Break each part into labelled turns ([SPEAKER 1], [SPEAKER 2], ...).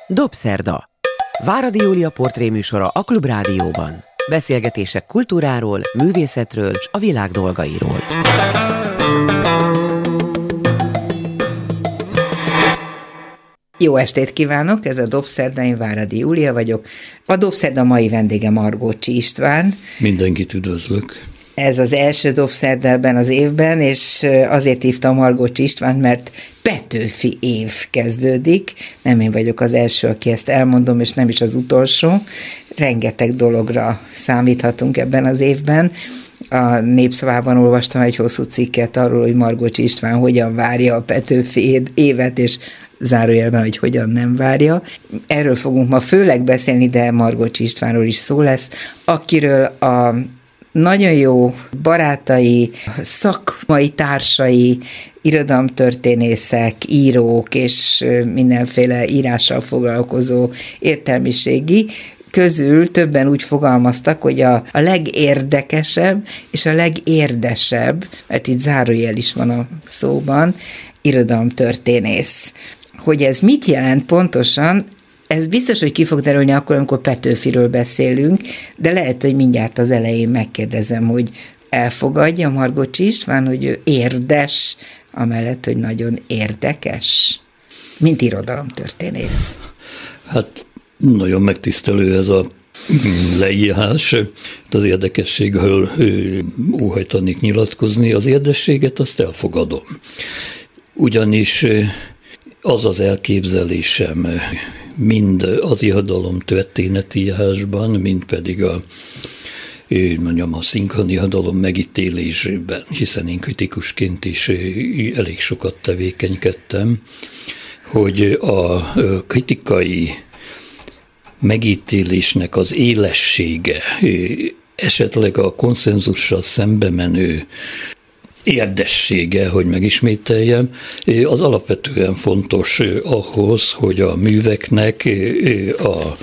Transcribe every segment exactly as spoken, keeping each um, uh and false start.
[SPEAKER 1] Dobszerda. Váradi Júlia portréműsora a Klubrádióban. Beszélgetések kultúráról, művészetről és a világ dolgairól.
[SPEAKER 2] Jó estét kívánok, ez a Dobszerda, én Váradi Júlia vagyok. A Dobszerda mai vendége Margócsi István.
[SPEAKER 3] Mindenkit üdvözlök.
[SPEAKER 2] Ez az első Dobszerda ebben az évben, és azért hívtam Margócsi Istvánt, mert Petőfi év kezdődik. Nem én vagyok az első, aki ezt elmondom, és nem is az utolsó. Rengeteg dologra számíthatunk ebben az évben. A Népszavában olvastam egy hosszú cikket arról, hogy Margócsi István hogyan várja a Petőfi évet, és zárójelben, hogy hogyan nem várja. Erről fogunk ma főleg beszélni, de Margócsi Istvánról is szó lesz, akiről a nagyon jó barátai, szakmai társai, irodalomtörténészek, írók és mindenféle írással foglalkozó értelmiségi közül többen úgy fogalmaztak, hogy a, a legérdekesebb és a legérdesebb, mert itt zárójel is van a szóban, irodalomtörténész. Hogy ez mit jelent pontosan, ez biztos, hogy ki fog derülni akkor, amikor Petőfiről beszélünk, de lehet, hogy mindjárt az elején megkérdezem, hogy elfogadja Margócsi István, hogy ő érdes, amellett, hogy nagyon érdekes, mint irodalomtörténész.
[SPEAKER 3] Hát nagyon megtisztelő ez a leírás. Az érdekességről óhajtanék nyilatkozni. Az érdességet azt elfogadom. Ugyanis az az elképzelésem mind az irodalom történetírásban, mind pedig a, mondjam, a szinkronihadalom megítélésében, hiszen én kritikusként is elég sokat tevékenykedtem, hogy a kritikai megítélésnek az élessége, esetleg a konszenzussal szembe menő érdessége, hogy megismételjem, az alapvetően fontos ahhoz, hogy a műveknek a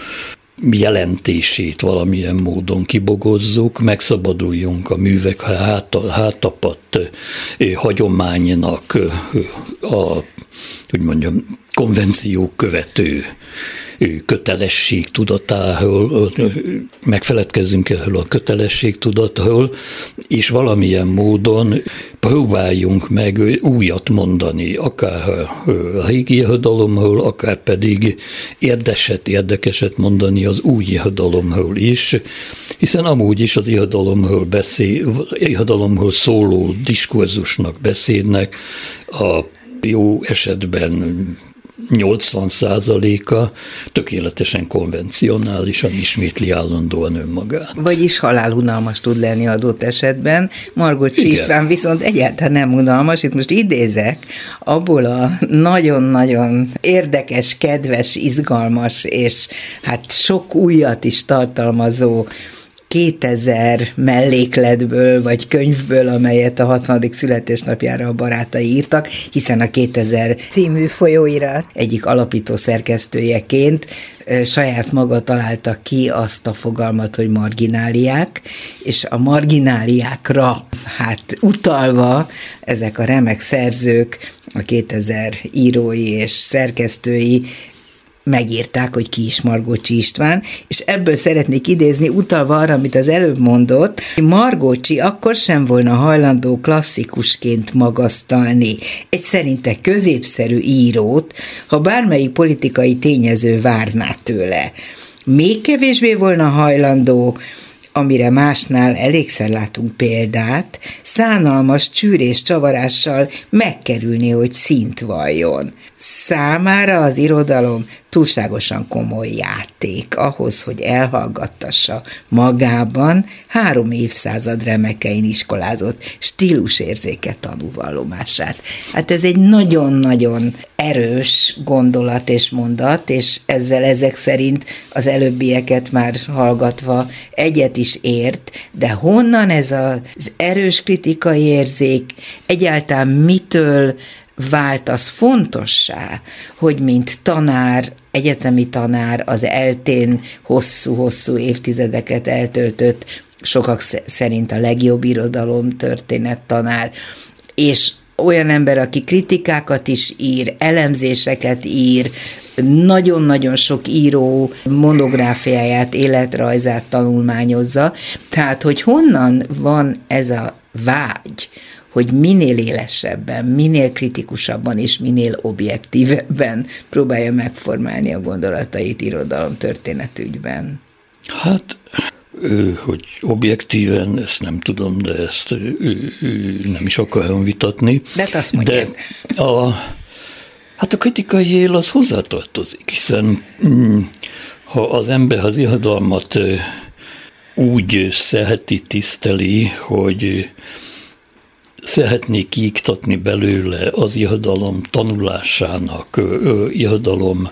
[SPEAKER 3] jelentését valamilyen módon kibogozzuk, megszabaduljunk a művek hátapadt hagyománynak, a, hogy mondjam, konvenciók követő kötelesség tudatáról, megfeledkezzünk erről a kötelesség tudatról, és valamilyen módon próbáljunk meg újat mondani, akár a régi irodalomról, akár pedig érdeset, érdekeset mondani az új irodalomról is, hiszen amúgy is az irodalomról, beszél, irodalomról szóló diskurzusnak, beszédnek a jó esetben nyolcvan százaléka tökéletesen konvencionálisan ismétli állandóan önmagát.
[SPEAKER 2] Vagyis halálunalmas tud lenni adott esetben. Margócsi István viszont egyáltalán nem unalmas, itt most idézek abból a nagyon-nagyon érdekes, kedves, izgalmas és hát sok újat is tartalmazó kétezer mellékletből, vagy könyvből, amelyet a hatvanadik születésnapjára a barátai írtak, hiszen a kétezer című folyóirat egyik alapító szerkesztőjeként saját maga találta ki azt a fogalmat, hogy margináliák, és a margináliákra hát utalva ezek a remek szerzők, a kétezer írói és szerkesztői megírták, hogy ki is Margócsi István, és ebből szeretnék idézni, utalva arra, amit az előbb mondott, Margócsi akkor sem volna hajlandó klasszikusként magasztalni egy szerinte középszerű írót, ha bármelyik politikai tényező várná tőle. Még kevésbé volna hajlandó, amire másnál elégszer látunk példát, szánalmas csűrés csavarással megkerülni, hogy színt valljon. Számára az irodalom túlságosan komoly játék ahhoz, hogy elhallgattassa magában három évszázad remekein iskolázott stílusérzéke tanúvallomását. Hát ez egy nagyon-nagyon erős gondolat és mondat, és ezzel ezek szerint az előbbieket már hallgatva egyet is ért, de honnan ez az erős kritikai érzék, egyáltalán mitől vált az fontossá, hogy mint tanár, egyetemi tanár, az eltén hosszú-hosszú évtizedeket eltöltött, sokak szerint a legjobb irodalom történet tanár, és olyan ember, aki kritikákat is ír, elemzéseket ír, nagyon-nagyon sok író monográfiáját, életrajzát tanulmányozza. Tehát, hogy honnan van ez a vágy, hogy minél élesebben, minél kritikusabban és minél objektívebben próbálja megformálni a gondolatait irodalomtörténetügyben.
[SPEAKER 3] Hát, hogy objektíven, ezt nem tudom, de ezt nem is akarom vitatni.
[SPEAKER 2] De hát azt mondják.
[SPEAKER 3] De a, hát a kritikai él az hozzátartozik, hiszen ha az ember az irodalmat úgy szereti, tiszteli, hogy szeretnék kiiktatni belőle az irodalom tanulásának, irodalom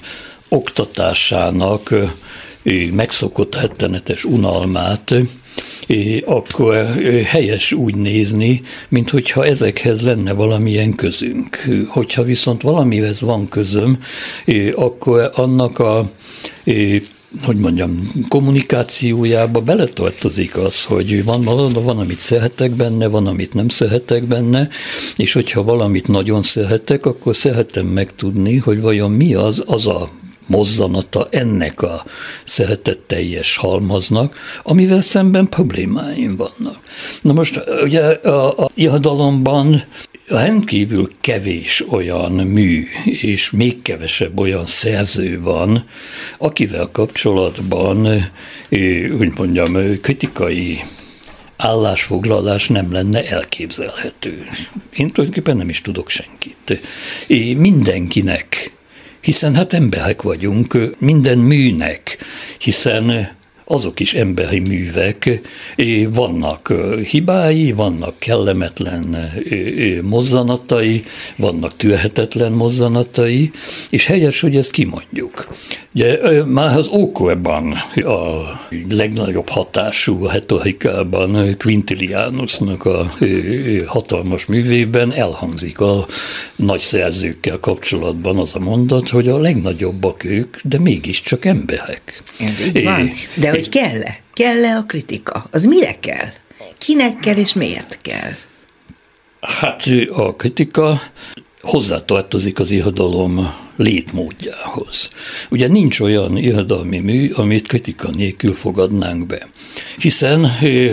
[SPEAKER 3] oktatásának megszokott rettenetes unalmát, akkor helyes úgy nézni, minthogyha ezekhez lenne valamilyen közünk. Hogyha viszont valamihez van közöm, akkor annak a hogy mondjam, kommunikációjába beletartozik az, hogy van, van, amit szeretek benne, van, amit nem szeretek benne, és hogyha valamit nagyon szeretek, akkor szeretem megtudni, hogy vajon mi az, az a mozzanata ennek a szeretetteljes halmaznak, amivel szemben problémáim vannak. Na most ugye a, a irodalomban rendkívül kevés olyan mű, és még kevesebb olyan szerző van, akivel kapcsolatban, hogy mondjam, kritikai állásfoglalás nem lenne elképzelhető. Én tulajdonképpen nem is tudok senkit. Én mindenkinek, hiszen hát emberek vagyunk, minden műnek, hiszen azok is emberi művek, vannak hibái, vannak kellemetlen mozzanatai, vannak tűrhetetlen mozzanatai, és helyes, hogy ezt kimondjuk. Ugye, már az ókorban a legnagyobb hatású a retorikában Quintilianusnak a hatalmas művében elhangzik a nagy szerzőkkel kapcsolatban az a mondat, hogy a legnagyobbak ők, de mégiscsak emberek.
[SPEAKER 2] Így van. De hogy kell-e? Kell-e a kritika? Az mire kell? Kinek kell és miért kell?
[SPEAKER 3] Hát a kritika hozzátartozik az irodalom létmódjához. Ugye nincs olyan irodalmi mű, amit kritika nélkül fogadnánk be. Hiszen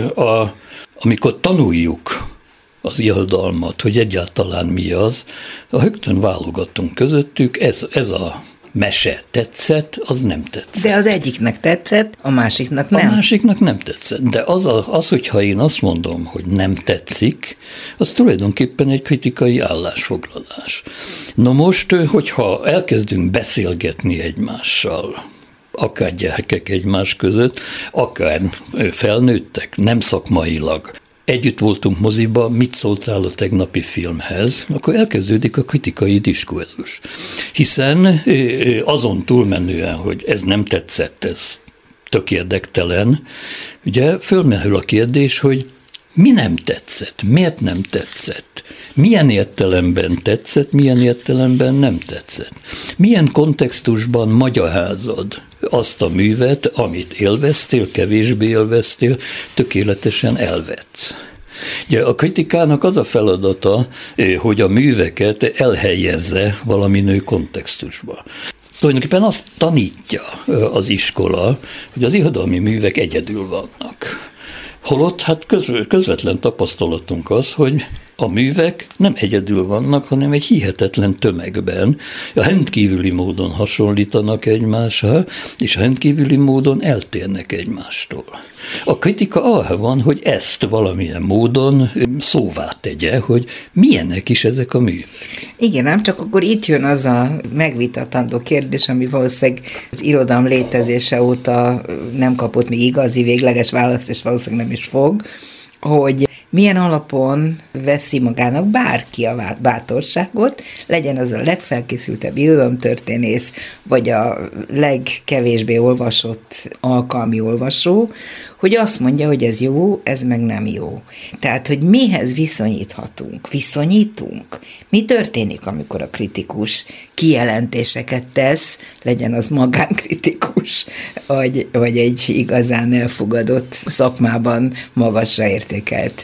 [SPEAKER 3] a, amikor tanuljuk az irodalmat, hogy egyáltalán mi az, a rögtön válogatunk közöttük, ez, ez a mese tetszett, az nem tetszett.
[SPEAKER 2] De az egyiknek tetszett, a másiknak nem.
[SPEAKER 3] A másiknak nem tetszett. De az, a, az, hogyha én azt mondom, hogy nem tetszik, az tulajdonképpen egy kritikai állásfoglalás. Na most, hogyha elkezdünk beszélgetni egymással, akár gyerekek egymás között, akár felnőttek, nem szakmailag, együtt voltunk moziba, mit szóltál a tegnapi filmhez, akkor elkezdődik a kritikai diskurzus. Hiszen azon túlmenően, hogy ez nem tetszett, ez tök érdektelen, ugye fölmerül a kérdés, hogy mi nem tetszett, miért nem tetszett, milyen értelemben tetszett, milyen értelemben nem tetszett. Milyen kontextusban magyarázod azt a művet, amit élveztél, kevésbé élveztél, tökéletesen elvetsz. Ugye a kritikának az a feladata, hogy a műveket elhelyezze valaminő kontextusba. Tulajdonképpen azt tanítja az iskola, hogy az irodalmi művek egyedül vannak. Holott hát közvetlen tapasztalatunk az, hogy a művek nem egyedül vannak, hanem egy hihetetlen tömegben, rendkívüli módon hasonlítanak egymásra, és rendkívüli módon eltérnek egymástól. A kritika arra van, hogy ezt valamilyen módon szóvá tegye, hogy milyenek is ezek a művek.
[SPEAKER 2] Igen, nem csak akkor itt jön az a megvitatandó kérdés, ami valószínűleg az irodalom létezése óta nem kapott még igazi végleges választ, és valószínűleg nem is fog, hogy milyen alapon veszi magának bárki a bátorságot, legyen az a legfelkészültebb irodalomtörténész, vagy a legkevésbé olvasott alkalmi olvasó, hogy azt mondja, hogy ez jó, ez meg nem jó. Tehát, hogy mihez viszonyíthatunk? Viszonyítunk? Mi történik, amikor a kritikus kijelentéseket tesz, legyen az magánkritikus, vagy, vagy egy igazán elfogadott szakmában magasra értékelt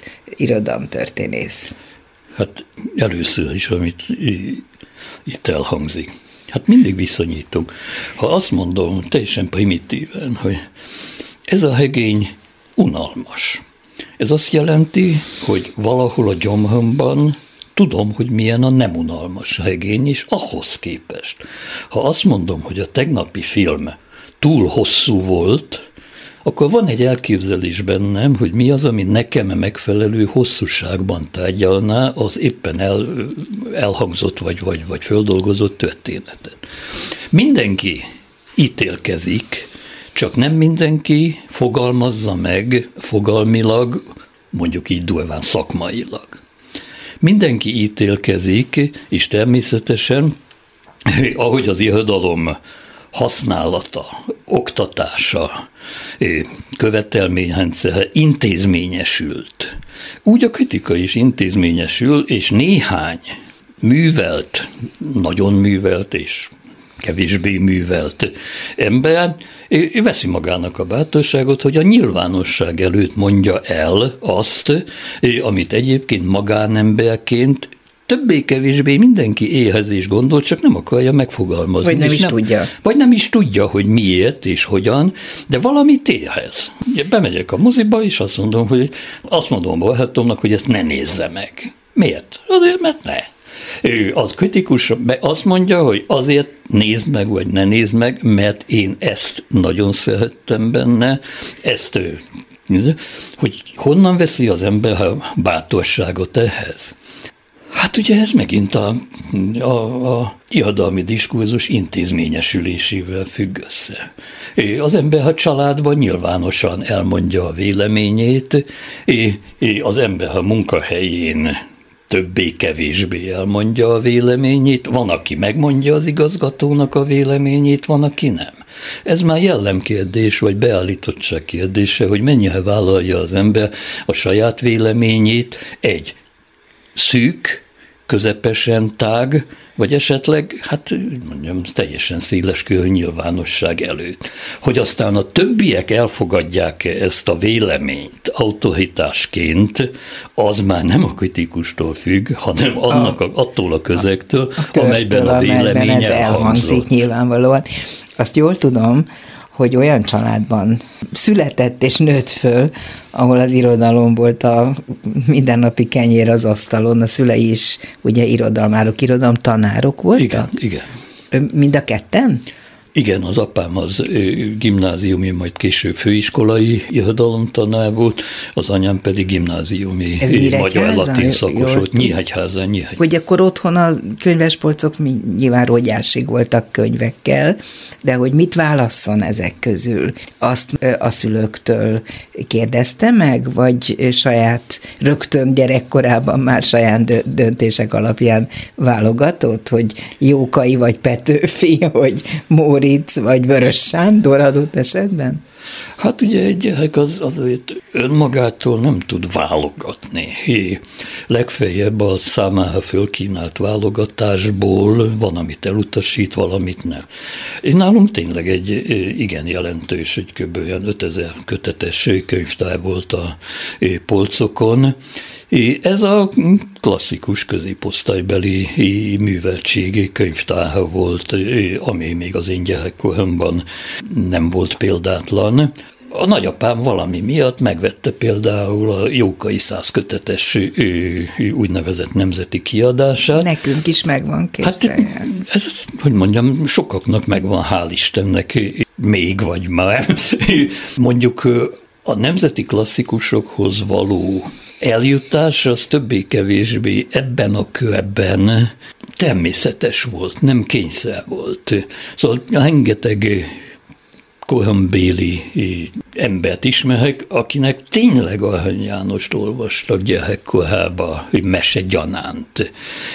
[SPEAKER 2] irodalomtörténész?
[SPEAKER 3] Hát először is, amit itt elhangzik. Hát mindig viszonyítunk. Ha azt mondom teljesen primitíven, hogy ez a hegény unalmas. Ez azt jelenti, hogy valahol a gyomromban tudom, hogy milyen a nem unalmas hegény, és ahhoz képest. Ha azt mondom, hogy a tegnapi film túl hosszú volt, akkor van egy elképzelés bennem, hogy mi az, ami nekem megfelelő hosszúságban tárgyalná az éppen el, elhangzott vagy, vagy, vagy földolgozott történetet. Mindenki ítélkezik, csak nem mindenki fogalmazza meg fogalmilag, mondjuk így durván szakmailag. Mindenki ítélkezik, és természetesen, ahogy az irodalom használata, oktatása, követelményrendszer intézményesült, úgy a kritika is intézményesül, és néhány művelt, nagyon művelt és kevésbé művelt ember veszi magának a bátorságot, hogy a nyilvánosság előtt mondja el azt, amit egyébként magánemberként többé-kevésbé mindenki éhez is gondol, csak nem akarja megfogalmazni.
[SPEAKER 2] Vagy nem is nem, tudja.
[SPEAKER 3] Vagy nem is tudja, hogy miért és hogyan, de valami éhez. Ugye bemegyek a moziba, és azt mondom, hogy azt mondom barátomnak, hogy ezt ne nézze meg. Miért? Azért, mert ne. Ő az kritikus azt mondja, hogy azért nézd meg, vagy ne nézd meg, mert én ezt nagyon szerettem benne, ezt, hogy honnan veszi az ember a bátorságot ehhez. Hát ugye ez megint a, a, a irodalmi diskurzus intézményesülésével függ össze. Az ember a családban nyilvánosan elmondja a véleményét, az ember a munkahelyén többé-kevésbé elmondja a véleményét, van, aki megmondja az igazgatónak a véleményét, van, aki nem. Ez már jellemkérdés, vagy beállítottság kérdése, hogy mennyire vállalja az ember a saját véleményét egy szűk, közepesen tág, vagy esetleg, hát mondjam, teljesen széles körű nyilvánosság előtt. Hogy aztán a többiek elfogadják ezt a véleményt autoritásként, az már nem a kritikustól függ, hanem annak a, attól a közegtől, a, a amelyben a vélemény elhangzik
[SPEAKER 2] nyilvánvalóan. Azt jól tudom, hogy olyan családban született és nőtt föl, ahol az irodalom volt a mindennapi kenyér az asztalon, a szülei is ugye irodalmárok, irodalom tanárok voltak?
[SPEAKER 3] Igen, igen.
[SPEAKER 2] Mind a ketten?
[SPEAKER 3] Igen, az apám az gimnáziumi, majd később főiskolai irodalomtanár volt, az anyám pedig gimnáziumi magyar-latin szakos volt. Nyíregyházán, Nyíregyházán.
[SPEAKER 2] Hogy akkor otthon a könyvespolcok nyilván rogyásig voltak könyvekkel, de hogy mit válasszon ezek közül? Azt a szülőktől kérdezte meg, vagy saját rögtön gyerekkorában már saját döntések alapján válogatott, hogy Jókai vagy Petőfi, hogy Móri vagy Vörös Sándor adott esetben?
[SPEAKER 3] Hát ugye egy gyerek az azért önmagától nem tud válogatni. Hé, legfeljebb a számára fölkínált válogatásból van, amit elutasít, valamit nem. Én nálunk tényleg egy igen jelentős, egy kb. Olyan ötezer kötetes könyvtár volt a polcokon. Ez a klasszikus középosztálybeli műveltségi könyvtára volt, ami még az én gyerekkoromban nem volt példátlan. A nagyapám valami miatt megvette például a Jókai száz kötetes úgynevezett nemzeti kiadását.
[SPEAKER 2] Nekünk is megvan, képzeljen. Hát
[SPEAKER 3] ez, hogy mondjam, sokaknak megvan, hál' Istennek, még vagy már. Mondjuk a nemzeti klasszikusokhoz való eljutás az többé-kevésbé ebben a körben természetes volt, nem kényszer volt. Szóval rengeteg korambéli embert ismerek, akinek tényleg Arany Jánost olvastak gyerekkorában, hogy mese gyanánt.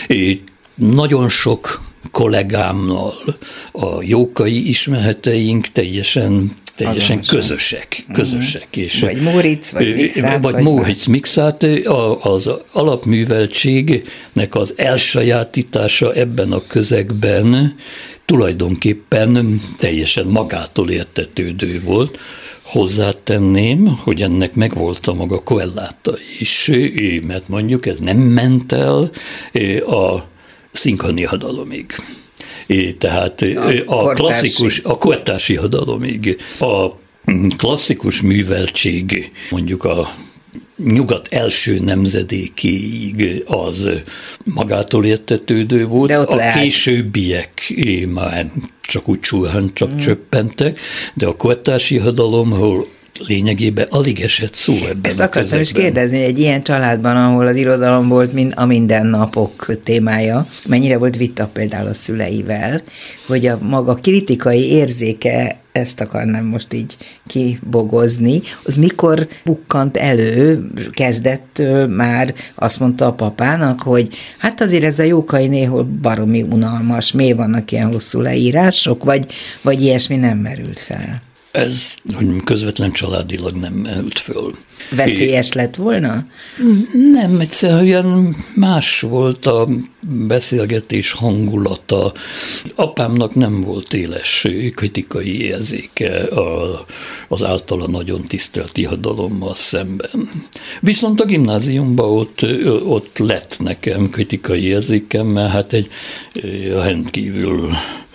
[SPEAKER 3] Nagyon sok kollégámmal a jókai ismereteink teljesen teljesen közösek, közösek. Uh-huh. És
[SPEAKER 2] vagy Móricz, vagy Mixát.
[SPEAKER 3] Vagy, vagy Móricz, Mixát, az alapműveltségnek az elsajátítása ebben a közegben tulajdonképpen teljesen magától értetődő volt. Hozzátenném, hogy ennek megvolt a maga korláta is, mert mondjuk ez nem ment el a szinkronirodalomig. É, tehát a, a klasszikus, a kortárs irodalomig, a klasszikus műveltség, mondjuk a nyugat első nemzedékéig az magától értetődő volt, a lehet. Későbbiek már csak úgy csurhan, csak mm. csöppentek, de a kortárs irodalomról lényegében alig esett szó ebben.
[SPEAKER 2] Ezt akartam is kérdezni, hogy egy ilyen családban, ahol az irodalom volt mind a mindennapok témája, mennyire volt vita például a szüleivel, hogy a maga kritikai érzéke, ezt akarnám most így kibogozni, az mikor bukkant elő, kezdettől már azt mondta a papának, hogy hát azért ez a Jókai néhol baromi unalmas, miért vannak ilyen hosszú leírások, vagy, vagy ilyesmi nem merült fel?
[SPEAKER 3] Ez, hogy közvetlen családilag nem merült föl.
[SPEAKER 2] Veszélyes lett volna?
[SPEAKER 3] Nem, egyszerűen más volt a beszélgetés hangulata. Apámnak nem volt éles kritikai érzéke az általa nagyon tisztelt irodalommal szemben. Viszont a gimnáziumban ott, ott lett nekem kritikai érzékem, mert hát egy rendkívül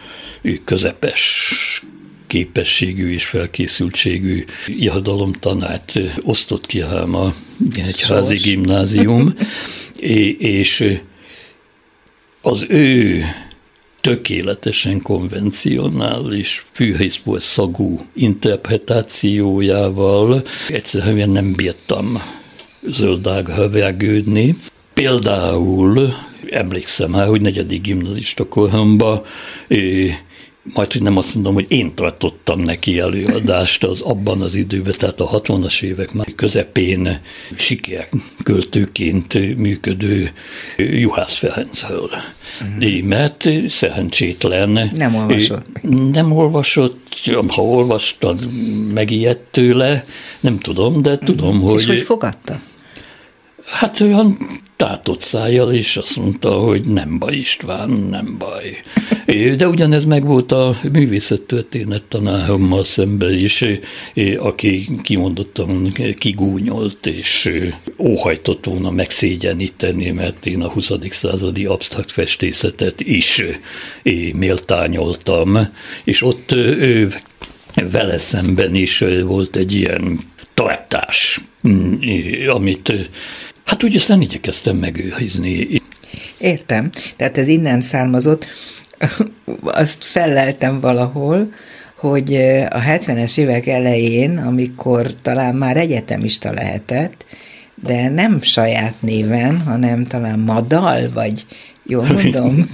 [SPEAKER 3] közepes képességű és felkészültségű irodalomtanát osztott ki ám a egyházi gimnázium, és az ő tökéletesen konvencionális, fűrészbor szagú interpretációjával egyszerűen nem bírtam zöldágra vergődni. Például emlékszem már, hogy negyedik gimnazista koromban majd, hogy nem azt mondom, hogy én tartottam neki előadást az abban az időben, tehát a hatvanas évek már közepén sikerköltőként működő Juhász Ferencről. Mm. Mert szerencsétlen.
[SPEAKER 2] Nem olvasott.
[SPEAKER 3] Nem olvasott, ha olvastad, megijedt tőle, nem tudom, de tudom, mm. hogy...
[SPEAKER 2] És hogy fogadta?
[SPEAKER 3] Hát olyan tátott szájjal, és azt mondta, hogy nem baj István, nem baj. De ugyanez megvolt a művészettörténet tanárommal szemben is, aki kimondottan kigúnyolt, és óhajtott volna megszégyeníteni, mert én a huszadik századi absztrakt festészetet is méltányoltam, és ott vele szemben is volt egy ilyen tartás, amit hát úgy aztán igyekeztem megőrizni.
[SPEAKER 2] Értem. Tehát ez innen származott. Azt felleltem valahol, hogy a hetvenes évek elején, amikor talán már egyetemista lehetett, de nem saját néven, hanem talán Madal, vagy jól mondom,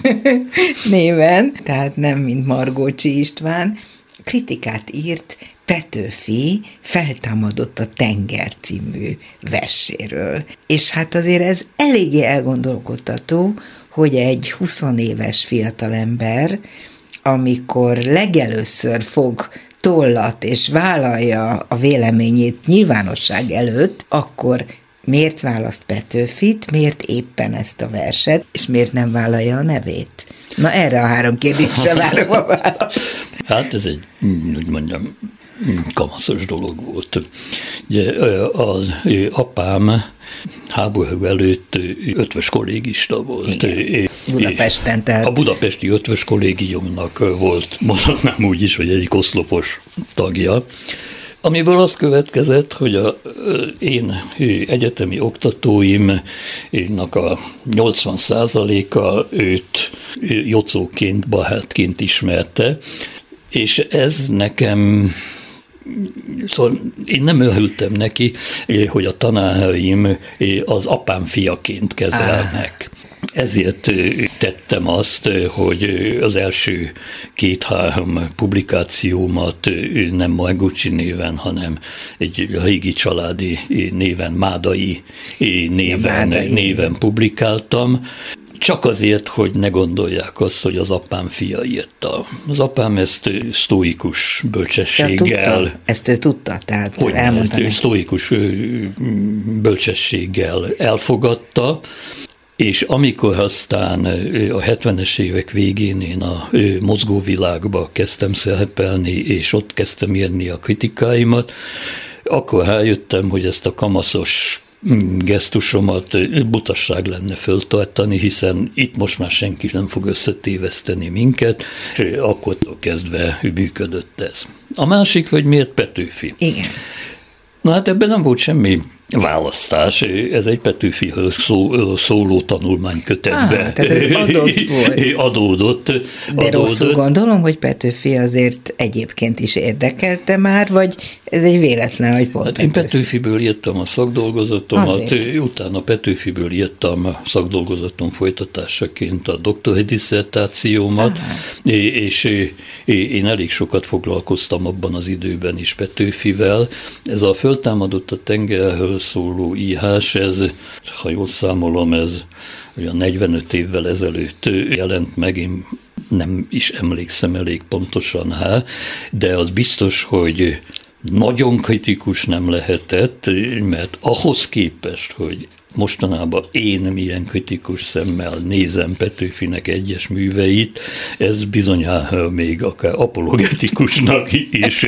[SPEAKER 2] néven, tehát nem mint Margócsi István, kritikát írt Petőfi Feltámadott a tenger című verséről. És hát azért ez eléggé elgondolkodtató, hogy egy huszonéves fiatalember, amikor legelőször fog tollat és vállalja a véleményét nyilvánosság előtt, akkor miért választ Petőfit, miért éppen ezt a verset, és miért nem vállalja a nevét? Na erre a három kérdésre várom a választ.
[SPEAKER 3] Hát ez egy, úgy mondjam, kamaszos dolog volt. Ugye, az apám háború előtt ötvös kollégista volt.
[SPEAKER 2] Igen. Budapesten, tehát.
[SPEAKER 3] A budapesti ötvös kollégiumnak volt, mondhatnám úgy is, hogy egy oszlopos tagja, amiből az következett, hogy az én egyetemi oktatóimnak a nyolcvan százaléka őt jocóként, barátként ismerte, és ez nekem, szóval én nem örültem neki, hogy a tanáraim az apám fiaként kezelnek. Ezért tettem azt, hogy az első két-három publikációmat nem Margócsi néven, hanem egy régi családi néven, Mádai néven, Mádai. néven publikáltam. Csak azért, hogy ne gondolják azt, hogy az apám fia írta. Az apám ezt sztóikus bölcsességgel...
[SPEAKER 2] Tudta, ezt ő tudta, tehát
[SPEAKER 3] hogy
[SPEAKER 2] elmondta
[SPEAKER 3] ezt
[SPEAKER 2] neki.
[SPEAKER 3] Sztóikus bölcsességgel elfogadta, és amikor aztán a hetvenes évek végén én a mozgóvilágba kezdtem szerepelni, és ott kezdtem írni a kritikáimat, akkor rájöttem, hogy ezt a kamaszos gesztusomat butasság lenne föltartani, hiszen itt most már senki nem fog összetéveszteni minket, és akkor kezdve működött ez. A másik, hogy miért Petőfi?
[SPEAKER 2] Igen.
[SPEAKER 3] Na hát ebben nem volt semmi választás, ez egy Petőfiről szó, szóló tanulmánykötetbe
[SPEAKER 2] ah, tehát ez adott volt.
[SPEAKER 3] adódott.
[SPEAKER 2] De
[SPEAKER 3] adódott.
[SPEAKER 2] rosszul gondolom, hogy Petőfi azért egyébként is érdekelte már, vagy ez egy véletlen, hogy pont
[SPEAKER 3] hát
[SPEAKER 2] Petőfi?
[SPEAKER 3] Én Petőfiből írtam a szakdolgozatomat,
[SPEAKER 2] azért.
[SPEAKER 3] Utána Petőfiből írtam a szakdolgozatom folytatásaként a doktori disszertációmat, Aha. és én elég sokat foglalkoztam abban az időben is Petőfivel. Ez a Föltámadott a tengerről szóló írás, ez, ha jól számolom, ez olyan negyvenöt évvel ezelőtt jelent meg, én nem is emlékszem elég pontosan rá, de az biztos, hogy nagyon kritikus nem lehetett, mert ahhoz képest, hogy mostanában én milyen kritikus szemmel nézem Petőfinek egyes műveit, ez bizonyára még akár apologetikusnak is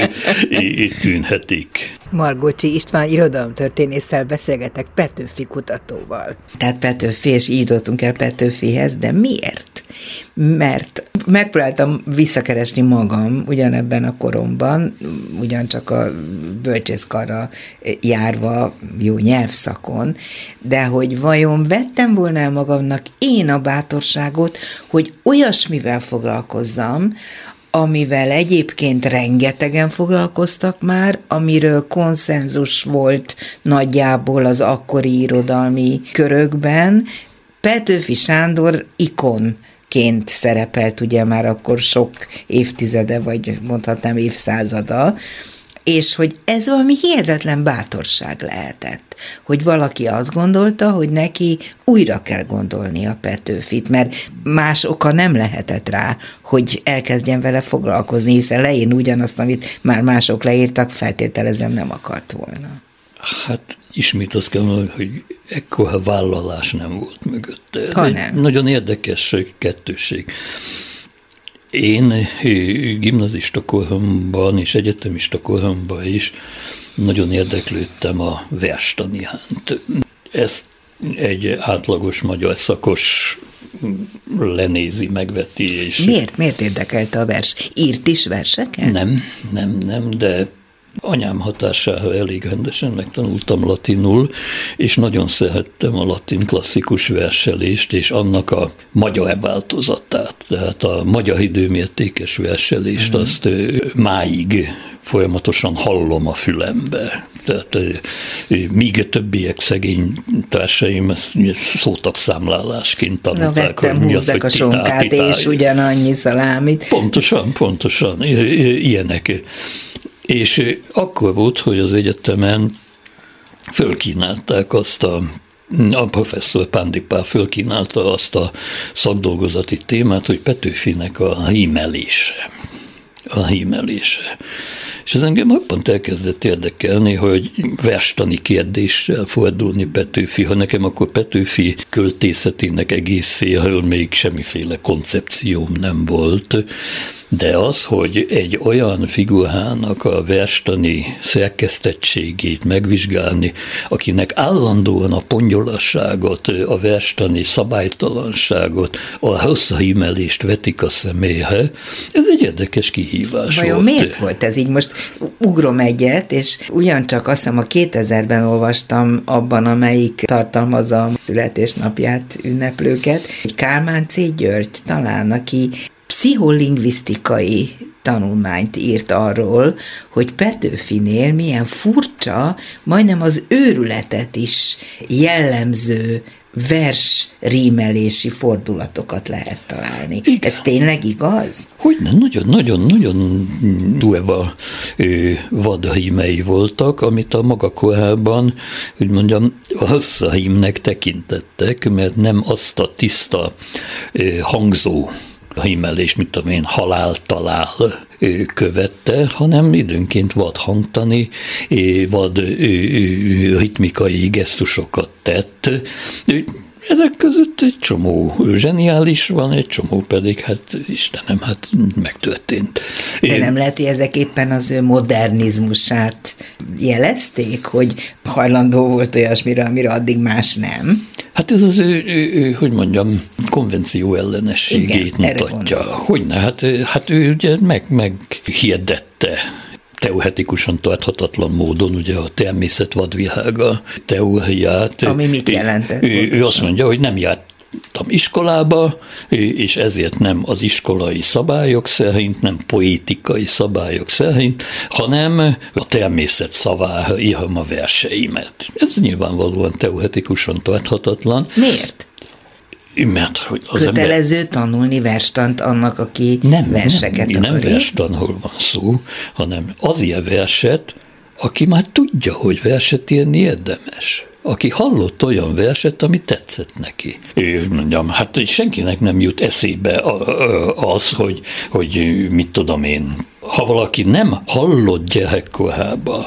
[SPEAKER 3] tűnhetik.
[SPEAKER 2] Margócsi István irodalomtörténésszel beszélgetek Petőfi kutatóval. Tehát Petőfi, és így jutottunk el Petőfihez, de miért? Mert megpróbáltam visszakeresni magam ugyanebben a koromban, ugyancsak a bölcsészkarra járva, jó nyelvszakon, de hogy vajon vettem volna el magamnak én a bátorságot, hogy olyasmivel foglalkozzam, amivel egyébként rengetegen foglalkoztak már, amiről konszenzus volt nagyjából az akkori irodalmi körökben. Petőfi Sándor ikonként szerepelt ugye már akkor sok évtizede, vagy mondhatnám évszázada, és hogy ez valami hihetetlen bátorság lehetett, hogy valaki azt gondolta, hogy neki újra kell gondolni a Petőfit, mert más oka nem lehetett rá, hogy elkezdjen vele foglalkozni, hiszen leírni ugyanazt, amit már mások leírtak, feltételezem nem akart volna.
[SPEAKER 3] Hát ismét azt kell mondani, hogy ekkora vállalás nem volt mögötte. Ez
[SPEAKER 2] ha
[SPEAKER 3] egy
[SPEAKER 2] nem.
[SPEAKER 3] Nagyon érdekes kettőség. Én gimnazista koromban és egyetemista koromban is nagyon érdeklődtem a verstani iránt. Ezt egy átlagos magyar szakos lenézi, megveti. És
[SPEAKER 2] Miért? Miért érdekelte a vers? Írt is verseket?
[SPEAKER 3] Nem, nem, nem, de anyám hatására elég rendesen megtanultam latinul, és nagyon szerettem a latin klasszikus verselést, és annak a magyar változatát, tehát a magyar időmértékes verselést, mm. azt máig folyamatosan hallom a fülembe. Tehát míg a többiek szegény társaim ezt szótagszámlálásként tanulták,
[SPEAKER 2] hogy mi az, hogy a sonkát titá, és ugyanannyi szalámit.
[SPEAKER 3] Pontosan, pontosan, ilyenek. És akkor volt, hogy az egyetemen fölkínálták azt a, a professzor Pándipál fölkínálta azt a szakdolgozati témát, hogy Petőfinek a rímelése. A rímelése. És ez engem abban elkezdett érdekelni, hogy verstani kérdéssel fordulni Petőfi, ha nekem akkor Petőfi költészetének egészéről még semmiféle koncepcióm nem volt, de az, hogy egy olyan figurának a verstani szerkesztettségét megvizsgálni, akinek állandóan a pongyolasságot, a verstani szabálytalanságot, a rossz rímelést vetik a személyre, ez egy érdekes kihívás
[SPEAKER 2] Vajon
[SPEAKER 3] volt.
[SPEAKER 2] miért volt ez így? Most ugrom egyet, és ugyancsak azt hiszem a kétezerben olvastam abban, amelyik tartalmazza a születésnapját ünneplőket, egy Kálmán C. György talán, aki pszicholingvisztikai tanulmányt írt arról, hogy Petőfinél milyen furcsa, majdnem az őrületet is jellemző versrímelési fordulatokat lehet találni. Igen. Ez tényleg igaz?
[SPEAKER 3] Hogyne, nagyon-nagyon-nagyon durva vadrímei voltak, amit a maga korában, úgy mondjam, hasszarímnek tekintettek, mert nem azt a tiszta hangzó rímelés, mit tudom én, halál-talál követte, hanem időnként vad hangtani, vad ritmikai gesztusokat tett. ezek között egy csomó zseniális van, egy csomó pedig, hát Istenem, hát megtörtént.
[SPEAKER 2] De
[SPEAKER 3] Én...
[SPEAKER 2] nem lehet, hogy ezek éppen az ő modernizmusát jelezték, hogy hajlandó volt olyasmire, amire addig más nem?
[SPEAKER 3] Hát ez az ő, ő, ő hogy mondjam, konvenció ellenességét
[SPEAKER 2] Igen,
[SPEAKER 3] mutatja. Hogyne, hát, hát ő ugye meg, meghirdette teoretikusan tarthatatlan módon ugye a természet vadvilága teóriát.
[SPEAKER 2] Ami mit jelentett?
[SPEAKER 3] Ő, ő azt mondja, hogy nem jártam iskolába, és ezért nem az iskolai szabályok szerint, nem poétikai szabályok szerint, hanem a természet szavára írom a verseimet. Ez nyilvánvalóan teoretikusan tarthatatlan.
[SPEAKER 2] Miért?
[SPEAKER 3] Mert hogy az
[SPEAKER 2] kötelező
[SPEAKER 3] ember...
[SPEAKER 2] tanulni verstant annak, aki
[SPEAKER 3] nem,
[SPEAKER 2] verseket
[SPEAKER 3] nem,
[SPEAKER 2] akar.
[SPEAKER 3] Nem verstanról van szó, hanem az ilyen verset, aki már tudja, hogy verset írni érdemes. Aki hallott olyan verset, ami tetszett neki. Ő mondjam, hát senkinek nem jut eszébe az, hogy, hogy mit tudom én, ha valaki nem hallott gyerekkorában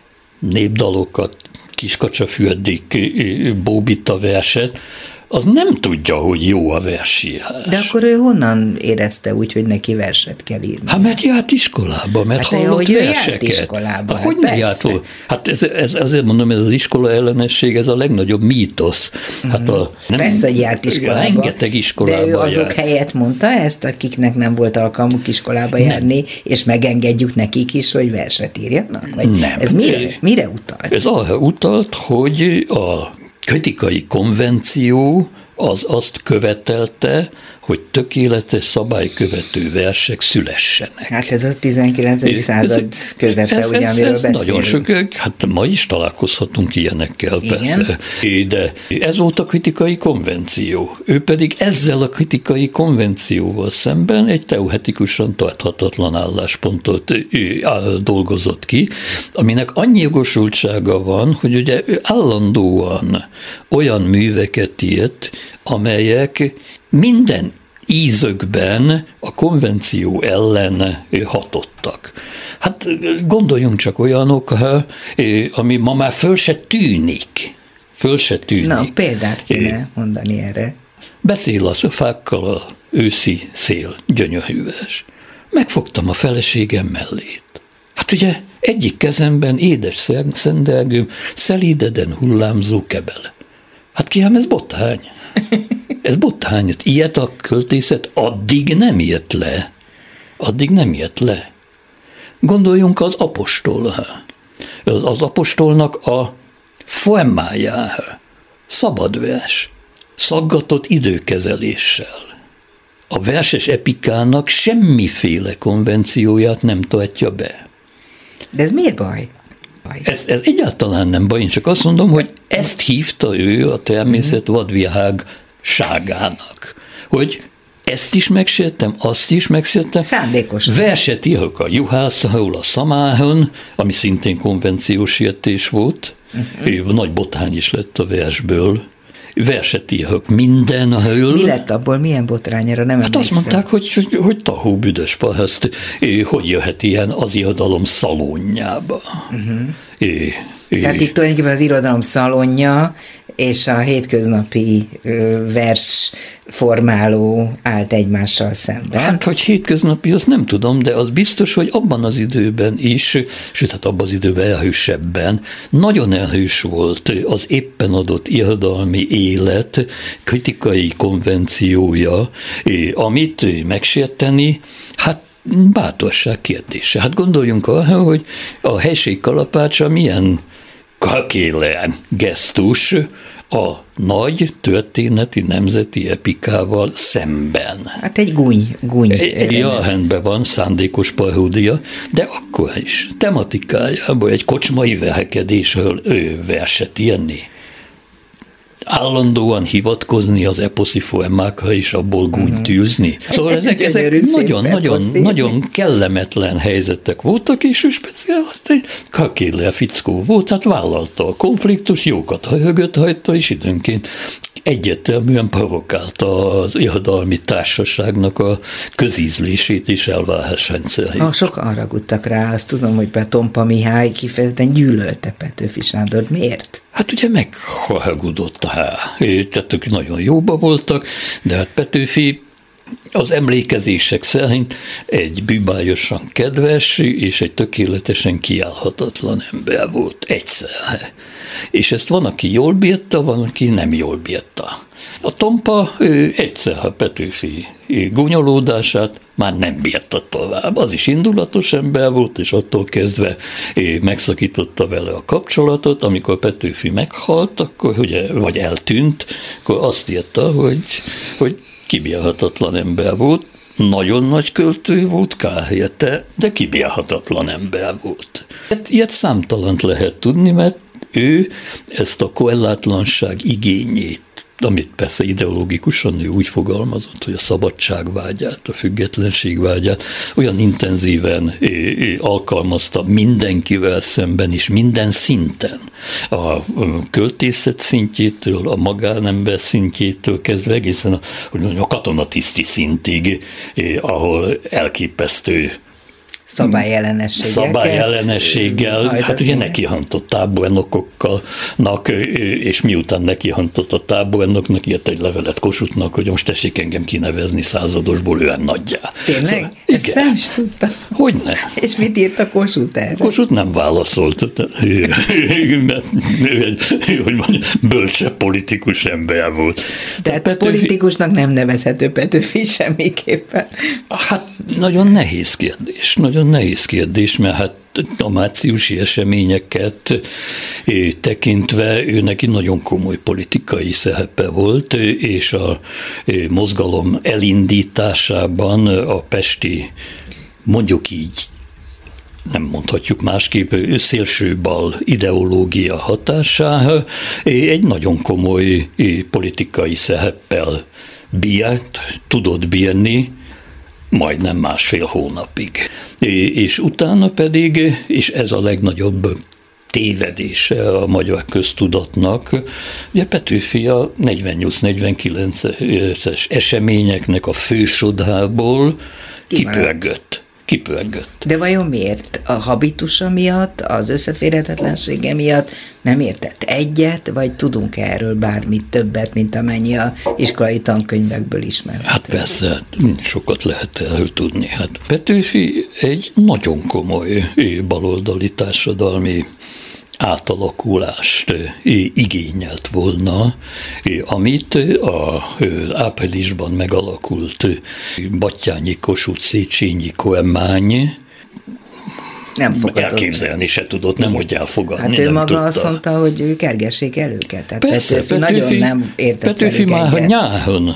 [SPEAKER 3] népdalokat, Kiskacsafürdék, Bóbita verset, az nem tudja, hogy jó a versírás.
[SPEAKER 2] De akkor ő honnan érezte úgy, hogy neki verset kell írni?
[SPEAKER 3] Hát mert járt iskolába, mert hát hallott
[SPEAKER 2] hogy
[SPEAKER 3] verseket.
[SPEAKER 2] Ő járt iskolába,
[SPEAKER 3] hát hogy ne járt volna? Hát ez, ez, azért mondom, ez az iskola ellenesség, ez a legnagyobb mítosz. Hát a,
[SPEAKER 2] nem, persze, hogy járt iskolába.
[SPEAKER 3] Rengeteg iskolába
[SPEAKER 2] De ő azok
[SPEAKER 3] járt.
[SPEAKER 2] helyett mondta ezt, akiknek nem volt alkalmuk iskolába járni, nem. És megengedjük nekik is, hogy verset írjanak? Vagy
[SPEAKER 3] nem.
[SPEAKER 2] Ez mire, mire utalt?
[SPEAKER 3] Ez arra utalt, hogy a kritikai konvenció az azt követelte, hogy tökéletes szabálykövető versek szülessenek.
[SPEAKER 2] Hát ez a tizenkilencedik század közepe,
[SPEAKER 3] ez,
[SPEAKER 2] ugye,
[SPEAKER 3] ez,
[SPEAKER 2] amiről
[SPEAKER 3] ez
[SPEAKER 2] beszélünk.
[SPEAKER 3] Nagyon sok, hát ma is találkozhatunk ilyenekkel,
[SPEAKER 2] igen?
[SPEAKER 3] Persze. De ez volt a kritikai konvenció. Ő pedig ezzel a kritikai konvencióval szemben egy teoretikusan tarthatatlan álláspontot dolgozott ki, aminek annyi jogosultsága van, hogy ugye ő állandóan olyan műveket írt, amelyek minden ízökben a konvenció ellen hatottak. Hát gondoljunk csak olyanokra, ami ma már föl se tűnik. Föl se tűnik.
[SPEAKER 2] Na, példát kéne mondani erre.
[SPEAKER 3] Beszél a fákkal a őszi szél, gyönyörűves. Megfogtam a feleségem mellét. Hát ugye egyik kezemben édes szendelgőm, szelídeden hullámzó kebele. Hát kihám, ez botrány. Ez botrány. Ilyet a költészet addig nem írt le. Addig nem írt le. Gondoljunk az apostolra. Az, az apostolnak a formájára. Szabadvers. Szaggatott időkezeléssel. A verses epikának semmiféle konvencióját nem tartja be.
[SPEAKER 2] De ez miért baj?
[SPEAKER 3] Ez, ez egyáltalán nem baj, én csak azt mondom, hogy ezt hívta ő a természet vadvilágságának, hogy ezt is megsértem, azt is megsértem.
[SPEAKER 2] Szándékosan.
[SPEAKER 3] Verset írok a juhászról, a szamáhon, ami szintén konvenciós sértés volt, uh-huh. Nagy botrány is lett a versből. Verset írok mindenről.
[SPEAKER 2] Mi lett abból, milyen botrányra, nem
[SPEAKER 3] Hát
[SPEAKER 2] emlékszem.
[SPEAKER 3] azt mondták, hogy, hogy, hogy tahó büdös paraszt, hogy jöhet ilyen az irodalom szalonjába. Uh-huh. É, é,
[SPEAKER 2] Tehát itt tulajdonképpen az irodalom szalonja és a hétköznapi vers formáló állt egymással szemben.
[SPEAKER 3] Hát, hogy hétköznapi, azt nem tudom, de az biztos, hogy abban az időben is, sőt, hát abban az időben erősebben, nagyon erős volt az éppen adott irodalmi élet kritikai konvenciója, amit megsérteni, hát bátorság kérdése. Hát gondoljunk arra, hogy a helység kalapácsa milyen kakélen gesztus a nagy történeti nemzeti epikával szemben.
[SPEAKER 2] Hát egy gúny. gúny.
[SPEAKER 3] Ja, rendben van, szándékos paródia, de akkor is tematikájában egy kocsmai verekedésről verset írni. Állandóan hivatkozni az eposzi formákra és abból gúnyt űzni. Szóval ezek, ezek nagyon-nagyon nagyon kellemetlen helyzetek voltak, és ő speciál kakéle fickó volt, hát vállalta a konfliktus, jókat högött hagyta, és időnként egyértelműen provokálta az irodalmi társaságnak a közízlését és elvárásrendszerét.
[SPEAKER 2] Ah, sokan haragudtak rá, azt tudom, hogy be Tompa Mihály kifejezetten gyűlölte Petőfi Sándor. Miért?
[SPEAKER 3] Hát ugye megharagudott a há. Tehát ők nagyon jóba voltak, de hát Petőfi az emlékezések szerint egy bűbályosan kedves és egy tökéletesen kiállhatatlan ember volt egyszerre. És ezt van, aki jól bírta, van, aki nem jól bírta. A Tompa egyszerre Petőfi gúnyolódását már nem bírta tovább. Az is indulatos ember volt, és attól kezdve megszakította vele a kapcsolatot. Amikor Petőfi meghalt, akkor, ugye, vagy eltűnt, akkor azt írta, hogy, hogy kibírhatatlan ember volt, nagyon nagy költő volt, kár érte, de kibírhatatlan ember volt. Ilyet számtalant lehet tudni, mert ő ezt a korlátlanság igényét, amit persze ideológikusan ő úgy fogalmazott, hogy a szabadságvágyát, a függetlenségvágyát olyan intenzíven alkalmazta mindenkivel szemben is, minden szinten. A költészet szintjétől, a magánember szintjétől kezdve egészen a, hogy mondjam, a katonatiszti szintig, ahol elképesztő
[SPEAKER 2] szabályellenességeket.
[SPEAKER 3] Szabályellenességgel, hát ugye nekihantott tábornokoknak, és miután nekihantott a tábornoknak, írt egy levelet Kossuthnak, hogy most tessék engem kinevezni századosból olyan nagyjá.
[SPEAKER 2] Tényleg? Szóval, ezt igen. Nem is tudtam.
[SPEAKER 3] Hogyne?
[SPEAKER 2] És mit írt a Kossuth erre?
[SPEAKER 3] Kossuth nem válaszolt, mert ő egy, hogy mondjam, bölcse politikus ember volt.
[SPEAKER 2] Tehát Petőfi... politikusnak nem nevezhető Petőfi semmiképpen.
[SPEAKER 3] Hát nagyon nehéz kérdés, nagyon nehéz kérdés, mert hát a márciusi eseményeket tekintve ő neki nagyon komoly politikai szerepe volt, és a mozgalom elindításában a pesti, mondjuk így, nem mondhatjuk másképp, szélsőbal ideológia hatására egy nagyon komoly politikai szereppel bírt, tudott bírni, majdnem másfél hónapig. És utána pedig, és ez a legnagyobb tévedése a magyar köztudatnak, ugye Petőfi a negyvennyolc negyvenkilences eseményeknek a fősodrából kipörgött. Kipörgött.
[SPEAKER 2] De vajon miért? A habitusa miatt, az összeférhetetlensége miatt nem értett egyet, vagy tudunk erről bármit többet, mint amennyi a iskolai tankönyvekből ismerhető?
[SPEAKER 3] Hát persze, sokat lehet erről tudni. Hát Petőfi egy nagyon komoly baloldali társadalmi átalakulást igényelt volna, amit az áprilisban megalakult Batthyány Kossuth Széchenyi kormány
[SPEAKER 2] nem fogadott.
[SPEAKER 3] Elképzelni se tudott, nem hogy elfogadni.
[SPEAKER 2] Hát ő
[SPEAKER 3] nem
[SPEAKER 2] maga
[SPEAKER 3] tudta.
[SPEAKER 2] Azt mondta, hogy kergessék el őket. Tehát
[SPEAKER 3] persze,
[SPEAKER 2] Petőfi, Petőfi nagyon nem értett
[SPEAKER 3] Petőfi már
[SPEAKER 2] egyet.
[SPEAKER 3] nyáron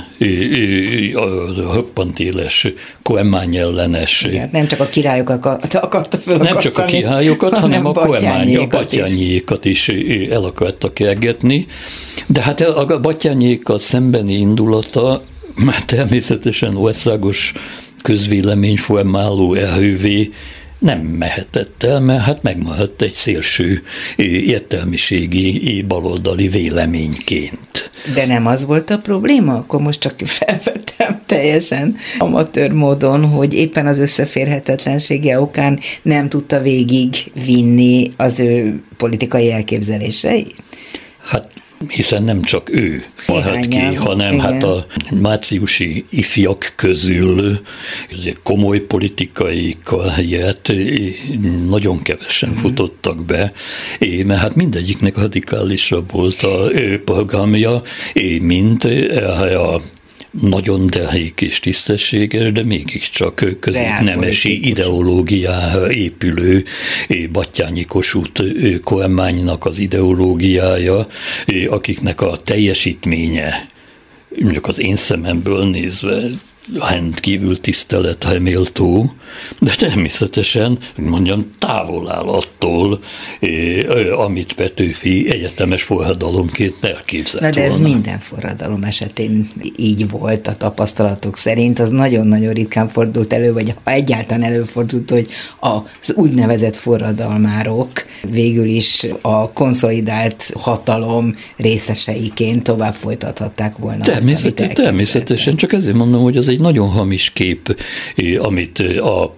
[SPEAKER 3] a höppant éles kormány ellenes.
[SPEAKER 2] Igen, nem csak a királyokat akarta fölakasztani.
[SPEAKER 3] Nem csak a királyokat, hanem, hanem a kormány, a Batthyányékat is. is el akarta kergetni. De hát a Batthyányékkal szembeni indulata már természetesen országos közvéleményformáló erővé nem mehetett el, mert hát megmaradt egy szélső értelmiségi baloldali véleményként.
[SPEAKER 2] De nem az volt a probléma? Akkor most csak felvettem teljesen amatőr módon, hogy éppen az összeférhetetlensége okán nem tudta végigvinni az ő politikai elképzeléseit?
[SPEAKER 3] Hát hiszen nem csak ő maradt ki, hanem igen. Hát a márciusi ifjak közül komoly politikai karriert nagyon kevesen uh-huh. futottak be, mert hát mindegyiknek radikálisabb volt a programja, mint a nagyon derék és tisztességes, de mégiscsak középnemesi ideológiára épülő Batthyány Kossuth kormánynak az ideológiája, akiknek a teljesítménye, mondjuk az én szememből nézve, rendkívül tiszteletre méltó, de természetesen, mondjam, távol áll attól, amit Petőfi egyetemes forradalomként elképzelt
[SPEAKER 2] Na de ez
[SPEAKER 3] volna.
[SPEAKER 2] Minden forradalom esetén így volt a tapasztalatok szerint, az nagyon-nagyon ritkán fordult elő, vagy ha egyáltalán előfordult, hogy az úgynevezett forradalmárok végül is a konszolidált hatalom részeseiként tovább folytathatták volna.
[SPEAKER 3] Természet, azt, természetesen, csak ezért mondom, hogy az egy nagyon hamis kép, amit a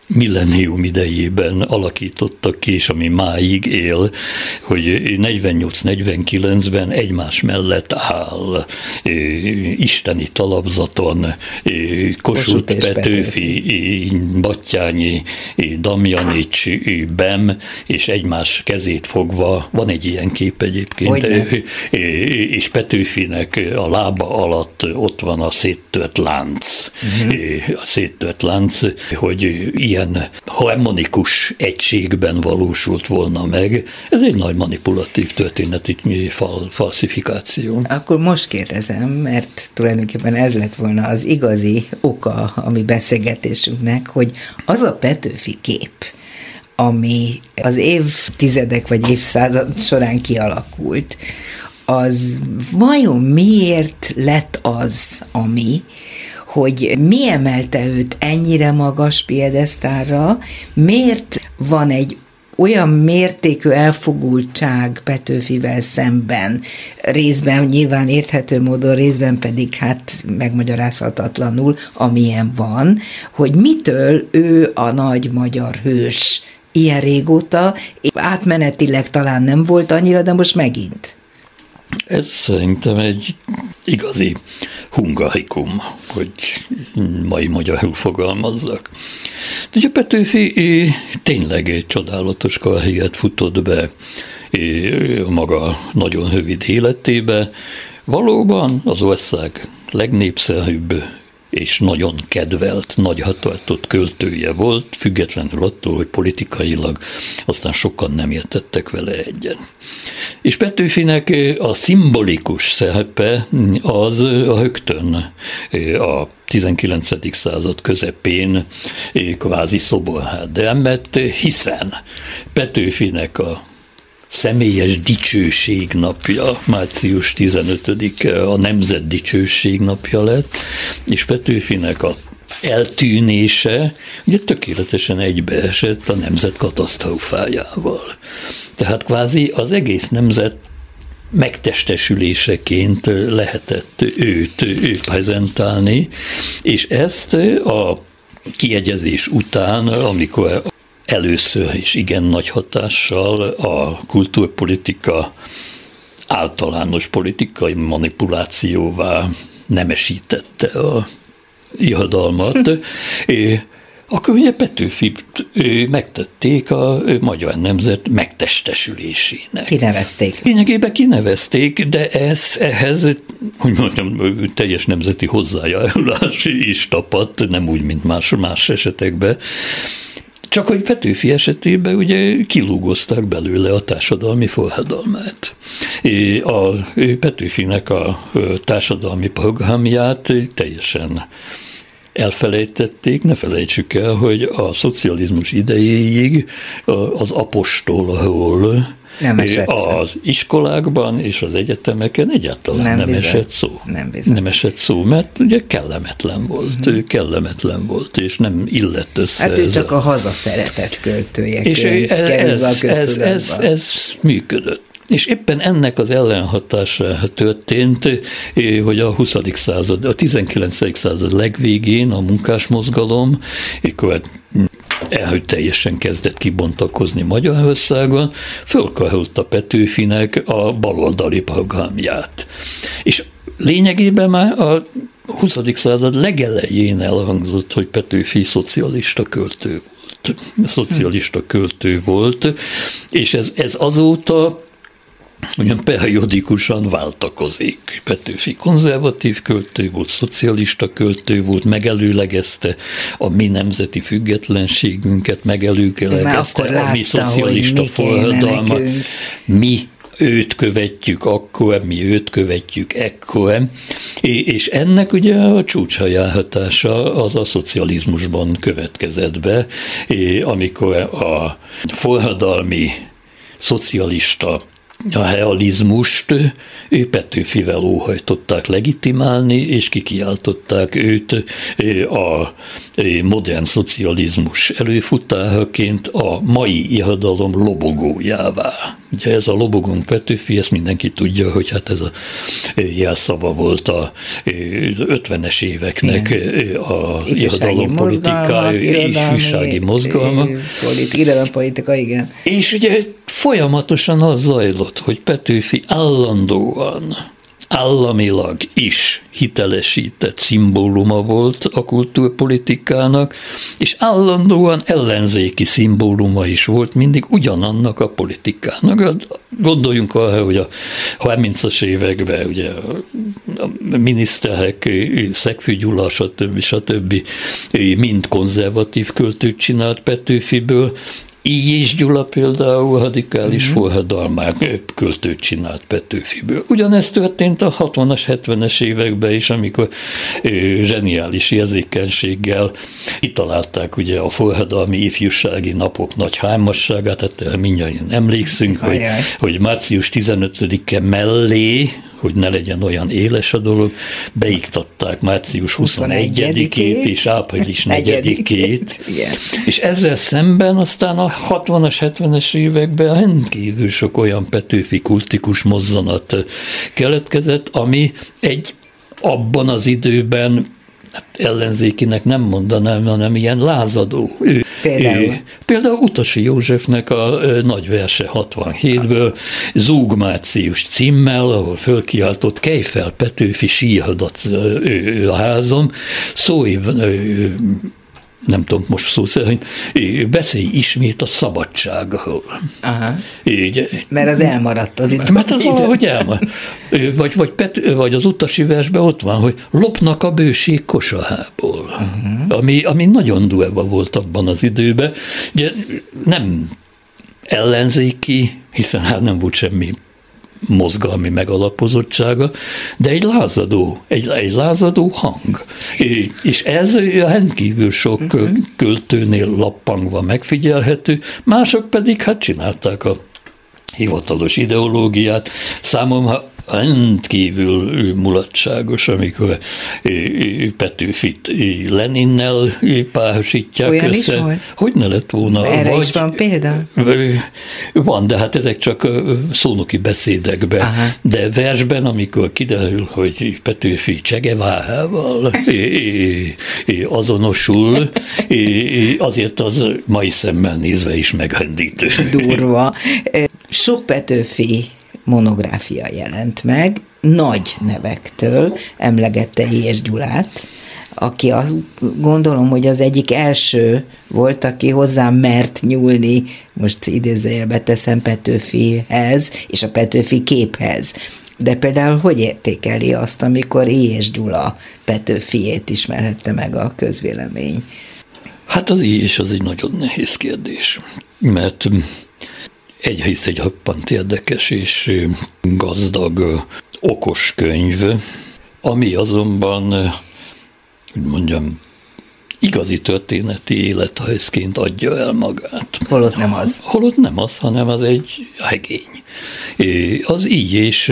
[SPEAKER 3] millennium idejében alakítottak ki, és ami máig él, hogy negyvennyolc-negyvenkilencben egymás mellett áll isteni talapzaton Kossuth, Petőfi, Batthyány, Damjanics, Bem, és egymás kezét fogva, van egy ilyen kép egyébként, Hogyne. és Petőfinek a lába alatt ott van a széttört lánc, uh-huh. a széttört lánc, hogy ilyen harmonikus egységben valósult volna meg. Ez egy nagy manipulatív történeti fal, falsifikáció.
[SPEAKER 2] Akkor most kérdezem, mert tulajdonképpen ez lett volna az igazi oka a mi beszélgetésünknek, hogy az a Petőfi kép, ami az évtizedek vagy évszázad során kialakult, az vajon miért lett az, ami, hogy mi emelte őt ennyire magas piedesztálra, miért van egy olyan mértékű elfogultság Petőfivel szemben, részben nyilván érthető módon, részben pedig hát megmagyarázhatatlanul, amilyen van, hogy mitől ő a nagy magyar hős ilyen régóta, átmenetileg talán nem volt annyira, de most megint.
[SPEAKER 3] Ez szerintem egy igazi hungarikum, hogy mai magyarul fogalmazzak. De ugye Petőfi tényleg egy csodálatos karriert futott be a maga nagyon rövid életébe. Valóban az ország legnépszerűbb és nagyon kedvelt, nagy hatartott költője volt, függetlenül attól, hogy politikailag aztán sokan nem értettek vele egyet. És Petőfinek a szimbolikus szerepe az a rögtön a tizenkilencedik század közepén kvázi szoborhát mert hiszen Petőfinek a személyes dicsőség napja, március tizenötödike a nemzet dicsőség napja lett, és Petőfinek a eltűnése ugye tökéletesen egybeesett a nemzet katasztrófájával. Tehát kvázi az egész nemzet megtestesüléseként lehetett őt, őt prezentálni, és ezt a kiegyezés után, amikor először is igen nagy hatással a kultúrpolitika általános politikai manipulációvá nemesítette a irodalmat, akkor ugye Petőfit megtették a magyar nemzet megtestesülésének.
[SPEAKER 2] Kinevezték.
[SPEAKER 3] Lényegében kinevezték, de ez, ehhez, hogy mondjam, teljes nemzeti hozzájárulás is tapadt, nem úgy, mint más, más esetekben. Csak hogy Petőfi esetében ugye kilúgozták belőle a társadalmi forradalmát. A Petőfinek a társadalmi programját teljesen elfelejtették, ne felejtsük el, hogy a szocializmus idejéig az apostolról az iskolákban és az egyetemeken egyáltalán nem, nem esett szó.
[SPEAKER 2] Nem,
[SPEAKER 3] nem esett szó, mert ugye kellemetlen volt, hmm. kellemetlen volt, és nem illett össze.
[SPEAKER 2] Hát ő csak a hazaszeretett költőjeként
[SPEAKER 3] és ez, ez, ez, ez, ez működött. És éppen ennek az ellenhatása történt, hogy a huszadik század, a tizenkilencedik század legvégén a munkásmozgalom, akkor elhogy teljesen kezdett kibontakozni Magyarországon, fölkarolta Petőfinek a baloldali programját. És lényegében már a huszadik század legelején elhangzott, hogy Petőfi szocialista költő volt. Szocialista költő volt, és ez, ez azóta olyan periódikusan váltakozik. Petőfi konzervatív költő volt, szocialista költő volt, megelőlegezte a mi nemzeti függetlenségünket, megelőlegezte a mi szocialista forradalmat. Mi őt követjük akkor, mi őt követjük ekkor, és ennek ugye a csúcshajáhatása az a szocializmusban következett be, amikor a forradalmi szocialista a realizmust ő Petőfivel óhajtották legitimálni, és kikiáltották őt a modern szocializmus előfutáraként a mai irodalom lobogójává. Ugye ez a lobogónk Petőfi, ezt mindenki tudja, hogy hát ez a jelszava volt az ötvenes éveknek igen. a irodalompolitika, ifjúsági mozgalma.
[SPEAKER 2] Irodalompolitika, igen.
[SPEAKER 3] És ugye folyamatosan az zajlott, hogy Petőfi állandóan államilag is hitelesített szimbóluma volt a kultúrpolitikának, és állandóan ellenzéki szimbóluma is volt mindig ugyanannak a politikának. Gondoljunk arra, hogy a harmincas években ugye a miniszterek, Szegfű Gyula, stb. stb. Mind konzervatív költőt csinált Petőfiből, Illyés Gyula például radikális uh-huh. forradalmák költőt csinált Petőfiből. Ugyanezt történt a hatvanas, hetvenes években is, amikor zseniális érzékenységgel kitalálták ugye a forradalmi ifjúsági napok nagy hármasságát, tehát mindjárt emlékszünk, hogy, hogy március tizenötödike mellé, hogy ne legyen olyan éles a dolog, beiktatták március huszonegyedikét és április negyedikét, és ezzel szemben aztán a hatvanas, hetvenes években rendkívül sok olyan Petőfi kultikus mozzanat keletkezett, ami egy abban az időben hát ellenzékinek nem mondanám, hanem ilyen lázadó.
[SPEAKER 2] Például?
[SPEAKER 3] Például Utasi Józsefnek a nagy verse hatvanhétből, Zúg Március címmel, ahol fölkiáltott Kelj fel, Petőfi, sírhadat a házam, szólj, nem tudom most szó szerint, beszélj ismét a szabadságról.
[SPEAKER 2] Aha. Így, mert az elmaradt az itt.
[SPEAKER 3] Mert az valahogy elmaradt. Vagy, vagy, Pet, vagy az Utasi versben ott van, hogy lopnak a bőség kosarából, uh-huh. ami, ami nagyon durva volt abban az időben. Ugye nem ellenzéki, hiszen hát nem volt semmi mozgalmi megalapozottsága, de egy lázadó, egy, egy lázadó hang. És ez rendkívül sok uh-huh. költőnél lappangva megfigyelhető, mások pedig hát csinálták a hivatalos ideológiát. Számomra rendkívül mulatságos, amikor Petőfit Leninnel párosítják
[SPEAKER 2] olyan
[SPEAKER 3] össze. Hogy ne lett volna?
[SPEAKER 2] Erre vagy, is van példa?
[SPEAKER 3] Van, de hát ezek csak szónoki beszédekben. Aha. De versben, amikor kiderül, hogy Petőfi Che Guevárával azonosul, azért az mai szemmel nézve is megrendítő.
[SPEAKER 2] Durva. Sok Petőfi monográfia jelent meg, nagy nevektől, emlegette Illyés Gyulát, aki azt gondolom, hogy az egyik első volt, aki hozzám mert nyúlni, most idézőjelbe teszem, Petőfihez, és a Petőfi képhez. De például hogy értékeli azt, amikor Illyés Gyula Petőfiét ismerhette meg a közvélemény?
[SPEAKER 3] Hát az Illyés az egy nagyon nehéz kérdés, mert egyrészt egy roppant érdekes és gazdag, okos könyv, ami azonban, hogy mondjam, igazi történeti életrajzként adja el magát.
[SPEAKER 2] Holott nem az.
[SPEAKER 3] Holott nem az, hanem az egy regény. Az Illyés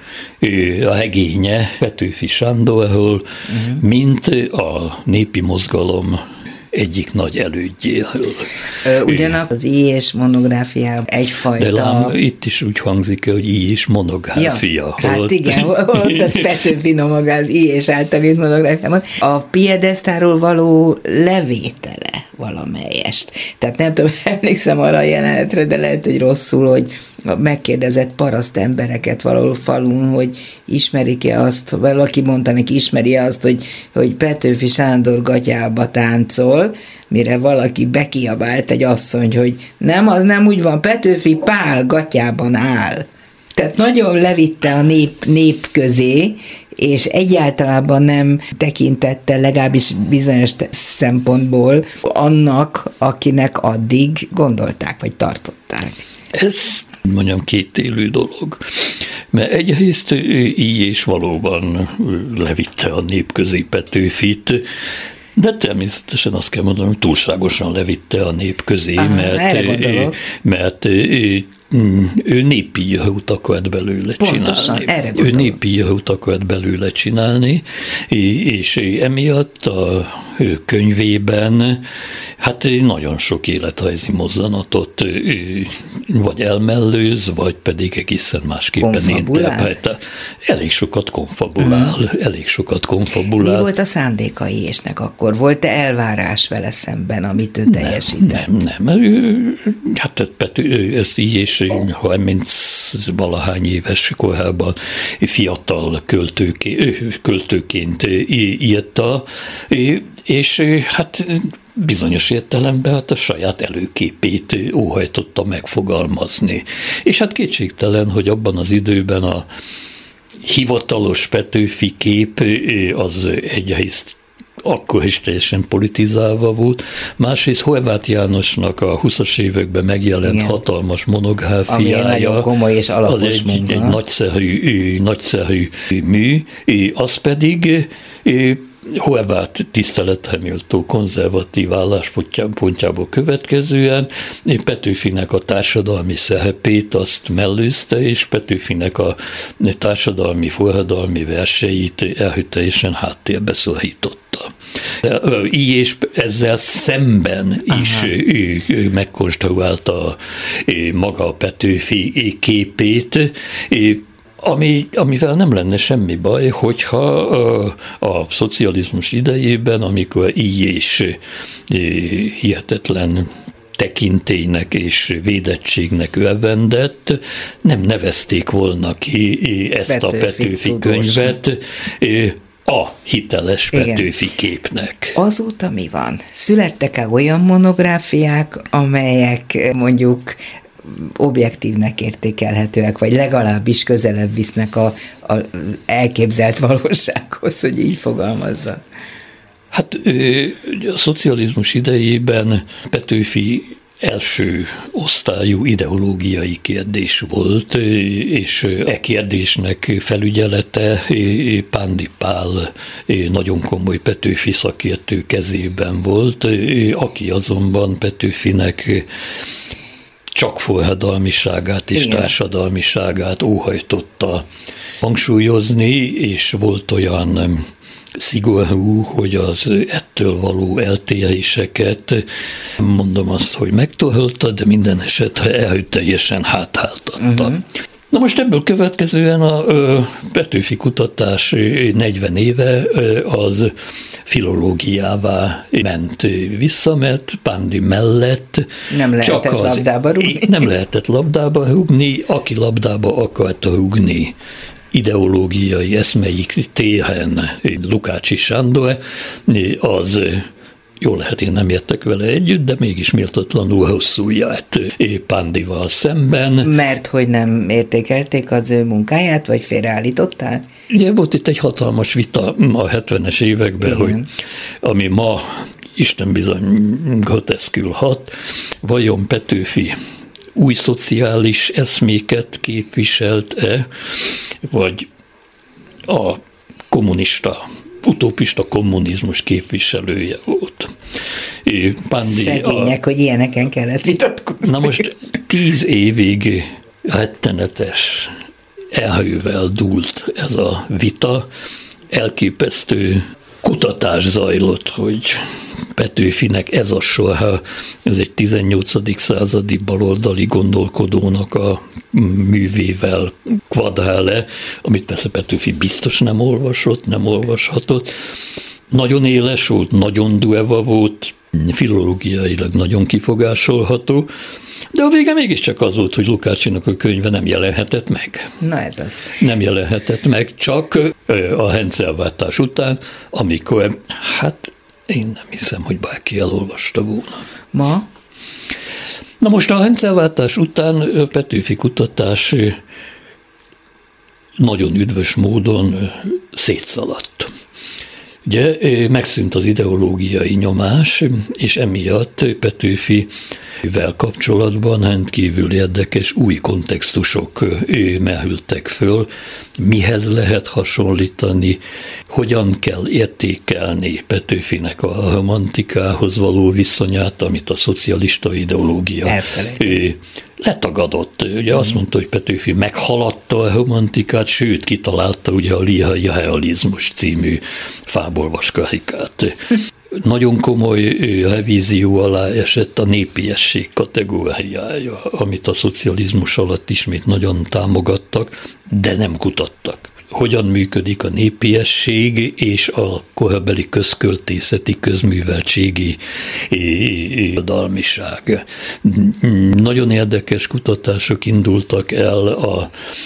[SPEAKER 3] a regénye Petőfi Sándorról, uh-huh. mint a népi mozgalom egyik nagy elődjéről.
[SPEAKER 2] Ugyanak az Illyés monográfiában egyfajta...
[SPEAKER 3] De lám, itt is úgy hangzik, hogy Illyés monográfia.
[SPEAKER 2] Ja, hát igen, holott az Petőfi maga az Illyés által írt monográfiában. A piedesztáról való levétele valamelyest. Tehát nem tudom, emlékszem arra a jelenetre, de lehet, hogy rosszul, hogy megkérdezett paraszt embereket valahol falun, hogy ismerik-e azt, valaki mondta neki, ismeri azt, hogy, hogy Petőfi Sándor gatyába táncol, mire valaki bekiabált egy asszony, hogy nem, az nem úgy van, Petőfi Pál gatyában áll. Tehát nagyon levitte a nép, nép közé, és egyáltalán nem tekintette legalábbis bizonyos szempontból annak, akinek addig gondolták, vagy tartották.
[SPEAKER 3] Ez, mondjam, kétélű dolog. Mert egyrészt Illyés valóban levitte a nép közé Petőfit, de természetesen azt kell mondanom, hogy túlságosan levitte a nép közé, ah, mert, mert ő népi jöhőt akart belőle
[SPEAKER 2] Pontosan,
[SPEAKER 3] csinálni.
[SPEAKER 2] Erre
[SPEAKER 3] ő népi jöhőt akart belőle csinálni, és emiatt a könyvében hát nagyon sok életrajzi mozzanatot vagy elmellőz, vagy pedig egészen másképpen interpretál. Elég sokat konfabulál, uh-huh. elég sokat konfabulál.
[SPEAKER 2] Mi volt a szándéka Iésnek akkor? Volt-e elvárás vele szemben, amit ő teljesített?
[SPEAKER 3] Nem, nem, nem. Ő, hát Pető, ezt Iés harminc-valahány éves korában fiatal költőként, költőként írta, és hát bizonyos értelemben hát a saját előképét óhajtotta megfogalmazni. És hát kétségtelen, hogy abban az időben a hivatalos Petőfi kép az egyrészt akkor is teljesen politizálva volt. Másrészt Horváth Jánosnak a huszas években megjelent Igen. hatalmas monográfiája.
[SPEAKER 2] Ami nagyon komoly és alapos
[SPEAKER 3] az egy,
[SPEAKER 2] munka.
[SPEAKER 3] egy nagyszerű, nagyszerű mű, az pedig Horváth tiszteletre méltó konzervatív álláspontjából következően Petőfinek a társadalmi szerepét azt mellőzte, és Petőfinek a társadalmi, forradalmi verseit erőteljesen háttérbe szorította. Így és ezzel szemben is ő, ő megkonstruálta maga a Petőfi képét, Ami, amivel nem lenne semmi baj, hogyha a, a szocializmus idejében, amikor Ilyés hihetetlen tekintélynek és védettségnek örvendett, nem nevezték volna ki ezt Petőfi, a Petőfi könyvet a hiteles Petőfi Igen. képnek.
[SPEAKER 2] Azóta mi van? Születtek-e olyan monográfiák, amelyek mondjuk objektívnek értékelhetőek, vagy legalábbis közelebb visznek a, a elképzelt valósághoz, hogy így fogalmazza?
[SPEAKER 3] Hát a szocializmus idejében Petőfi első osztályú ideológiai kérdés volt, és e kérdésnek felügyelete Pándi Pál nagyon komoly Petőfi szakértő kezében volt, aki azonban Petőfinek csak forradalmiságát és Igen. társadalmiságát óhajtotta hangsúlyozni, és volt olyan szigorú, hogy az ettől való eltéréseket, mondom azt, hogy megtorholta, de minden esetre erőteljesen hátháltatta. Uh-huh. Na most ebből következően a Petőfi kutatás negyven éve az filológiává ment vissza, mert Pándi mellett
[SPEAKER 2] nem lehetett
[SPEAKER 3] csak az,
[SPEAKER 2] labdába rúgni.
[SPEAKER 3] Nem lehetett labdába rúgni, aki labdába akarta rúgni ideológiai eszmeik téren Lukácsi Sándor, az jól lehet, én nem értek vele együtt, de mégis méltatlanul hosszú járt Pándival szemben.
[SPEAKER 2] Mert hogy nem értékelték az ő munkáját, vagy félreállították?
[SPEAKER 3] Ugye volt itt egy hatalmas vita a hetvenes években, Igen. hogy ami ma Isten bizony groteszkül hat, vajon Petőfi új szociális eszméket képviselt-e, vagy a kommunista, utópista kommunizmus képviselője volt.
[SPEAKER 2] Pándi Szegények, a, hogy ilyeneken kellett vitatkozni.
[SPEAKER 3] Na most tíz évig rettenetes elhővel dúlt ez a vita, elképesztő kutatás zajlott, hogy Petőfinek ez a sorsa, ez egy tizennyolcadik századi baloldali gondolkodónak a művével kvadrál le, amit persze Petőfi biztos nem olvasott, nem olvashatott. Nagyon éles volt, nagyon durva volt, filológiailag nagyon kifogásolható, de a vége mégiscsak az volt, hogy Lukácsinak a könyve nem jelenhetett meg.
[SPEAKER 2] Na ez az.
[SPEAKER 3] Nem jelenhetett meg, csak a rendszerváltás után, amikor, hát én nem hiszem, hogy bárki elolvasta volna.
[SPEAKER 2] Ma?
[SPEAKER 3] Na most a rendszerváltás után a Petőfi kutatás nagyon üdvös módon szétszaladt. Ugye megszűnt az ideológiai nyomás, és emiatt Petőfi vel kapcsolatban rendkívül érdekes új kontextusok merültek föl, mihez lehet hasonlítani, hogyan kell értékelni Petőfinek a romantikához való viszonyát, amit a szocialista ideológia letagadott. Ugye azt mondta, hogy Petőfi meghaladta a romantikát, sőt, kitalálta ugye a Lihai realizmus című fábolvas karikát. Nagyon komoly revízió alá esett a népiesség kategóriája, amit a szocializmus alatt ismét nagyon támogattak, de nem kutattak. Hogyan működik a népiesség és a korabeli közköltészeti, közműveltségi irodalmiság. Nagyon érdekes kutatások indultak el a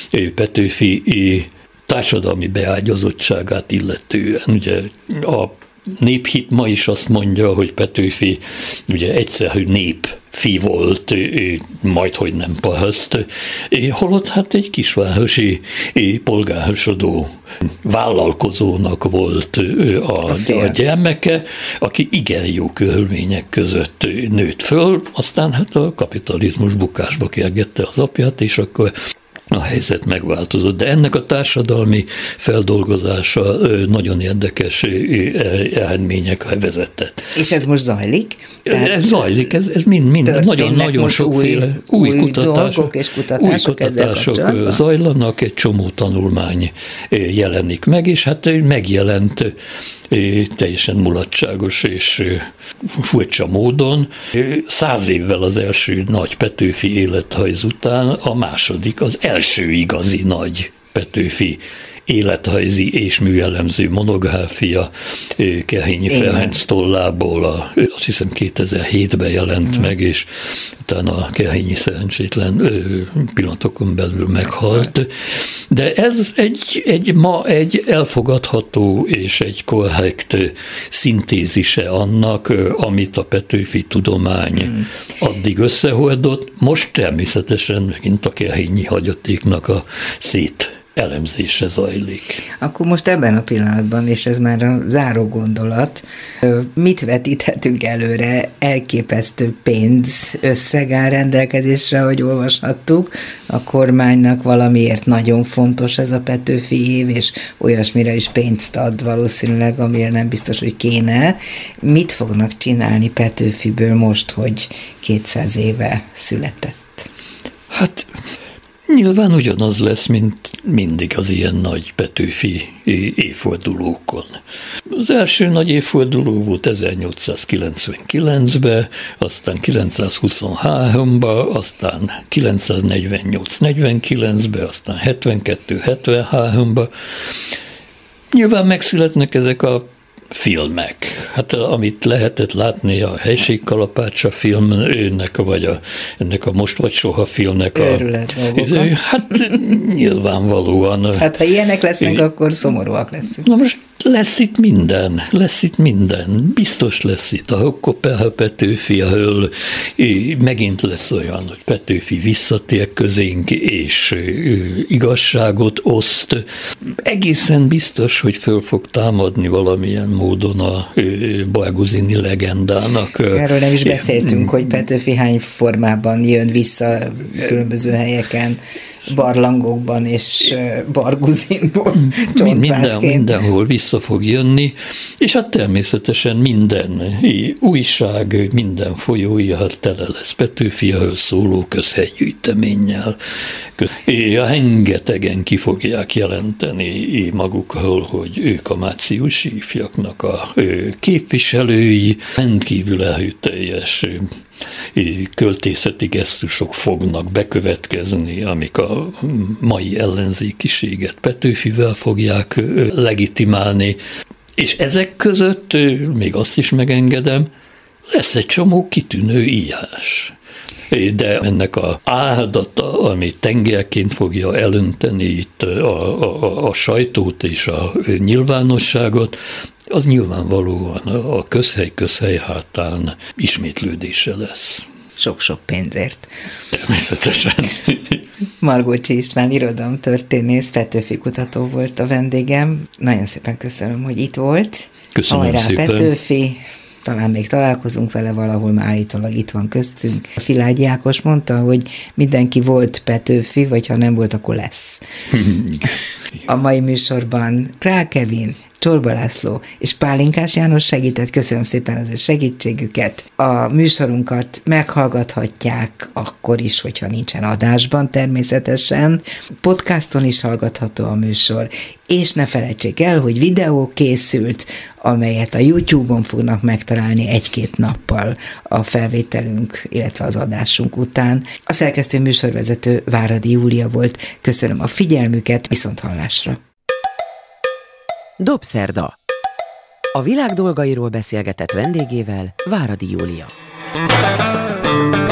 [SPEAKER 3] Petőfi társadalmi beágyazottságát illetően. Ugye a néphit ma is azt mondja, hogy Petőfi ugye egyszerű népfi volt, majdhogy nem paraszt, holott hát egy kisvárosi polgárosodó vállalkozónak volt a, a gyermeke, aki igen jó körülmények között nőtt föl, aztán hát a kapitalizmus bukásba kergette az apját, és akkor a helyzet megváltozott, de ennek a társadalmi feldolgozása nagyon érdekes eredményekre vezetett.
[SPEAKER 2] És ez most zajlik?
[SPEAKER 3] Tehát ez zajlik, ez, ez mind, mind nagyon-nagyon sokféle új, új kutatások, és kutatások, új kutatások zajlanak, egy csomó tanulmány jelenik meg, és hát megjelent teljesen mulatságos és furcsa módon. Száz évvel az első nagy Petőfi életrajz után a második, az első igazi nagy Petőfi életrajzi és műelemző monográfia Kehényi Ferenc tollából, a, azt hiszem kétezer-hétben jelent mm. meg, és utána a Kehényi szerencsétlen pillanatokon belül meghalt. De ez egy, egy ma egy elfogadható és egy korrekt szintézise annak, amit a Petőfi tudomány mm. addig összehordott. Most természetesen megint a Kehényi hagyatéknak a szét elemzése zajlik.
[SPEAKER 2] Akkor most ebben a pillanatban, és ez már a záró gondolat, mit vetíthetünk előre? Elképesztő pénz összeg áll rendelkezésre, ahogy olvashattuk. A kormánynak valamiért nagyon fontos ez a Petőfi év, és olyasmire is pénzt ad valószínűleg, amire nem biztos, hogy kéne. Mit fognak csinálni Petőfiből most, hogy kétszáz éve született?
[SPEAKER 3] Hát nyilván ugyanaz lesz, mint mindig az ilyen nagy Petőfi évfordulókon. Az első nagy évforduló volt ezernyolcszázkilencvenkilencben, aztán kilencszázhuszonháromban, aztán kilencszáznegyvennyolc negyvenkilencben, aztán hetvenkettő hetvenháromban. Nyilván megszületnek ezek a filmek. Hát amit lehetett látni a Helységkalapácsa filmnek, vagy a, ennek a Most vagy soha filmnek.
[SPEAKER 2] Őrület
[SPEAKER 3] a, hát nyilvánvalóan.
[SPEAKER 2] Hát ha ilyenek lesznek, é, akkor szomorúak leszünk.
[SPEAKER 3] Na most lesz itt minden, lesz itt minden. Biztos lesz itt a Rokkoperha Petőfi, ahol megint lesz olyan, hogy Petőfi visszatér közénk, és igazságot oszt. Egészen biztos, hogy föl fog támadni valamilyen módon a Barguzini legendának.
[SPEAKER 2] Erről nem is beszéltünk, hogy Petőfi hány formában jön vissza különböző helyeken, barlangokban és Barguzinból
[SPEAKER 3] Minden, mindenhol vissza fog jönni, és hát természetesen minden újság, minden folyója tele lesz Petőfiről szóló közhelygyűjteménnyel. Rengetegen ki fogják jelenteni magukról, hogy ők a márciusi ifjaknak a képviselői, rendkívül erőteljes költészeti gesztusok fognak bekövetkezni, amik a mai ellenzékiséget Petőfivel fogják legitimálni, és ezek között, még azt is megengedem, lesz egy csomó kitűnő írás. De ennek a áldata, ami tengerként fogja elönteni itt a, a, a sajtót és a nyilvánosságot, az nyilvánvalóan a közhely közhely hátán ismétlődése lesz.
[SPEAKER 2] Sok-sok pénzért.
[SPEAKER 3] Természetesen.
[SPEAKER 2] Margócsi István irodalomtörténész, Petőfi kutató volt a vendégem. Nagyon szépen köszönöm, hogy itt volt.
[SPEAKER 3] Köszönöm
[SPEAKER 2] Hajrá,
[SPEAKER 3] szépen.
[SPEAKER 2] Petőfi! talán még találkozunk vele valahol, már állítólag itt van köztünk. A Szilágyi Ákos mondta, hogy mindenki volt Petőfi, vagy ha nem volt, akkor lesz. A mai műsorban Král Kevin, Csorba László és Pálinkás János segített, köszönöm szépen az ő segítségüket. A műsorunkat meghallgathatják akkor is, hogyha nincsen adásban természetesen. Podcaston is hallgatható a műsor, és ne felejtsék el, hogy videó készült, amelyet a YouTube-on fognak megtalálni egy-két nappal a felvételünk, illetve az adásunk után. A szerkesztő műsorvezető Váradi Júlia volt. Köszönöm a figyelmüket, viszonthallásra!
[SPEAKER 1] Dobszerda. A világ dolgairól beszélgetett vendégével Váradi Júlia.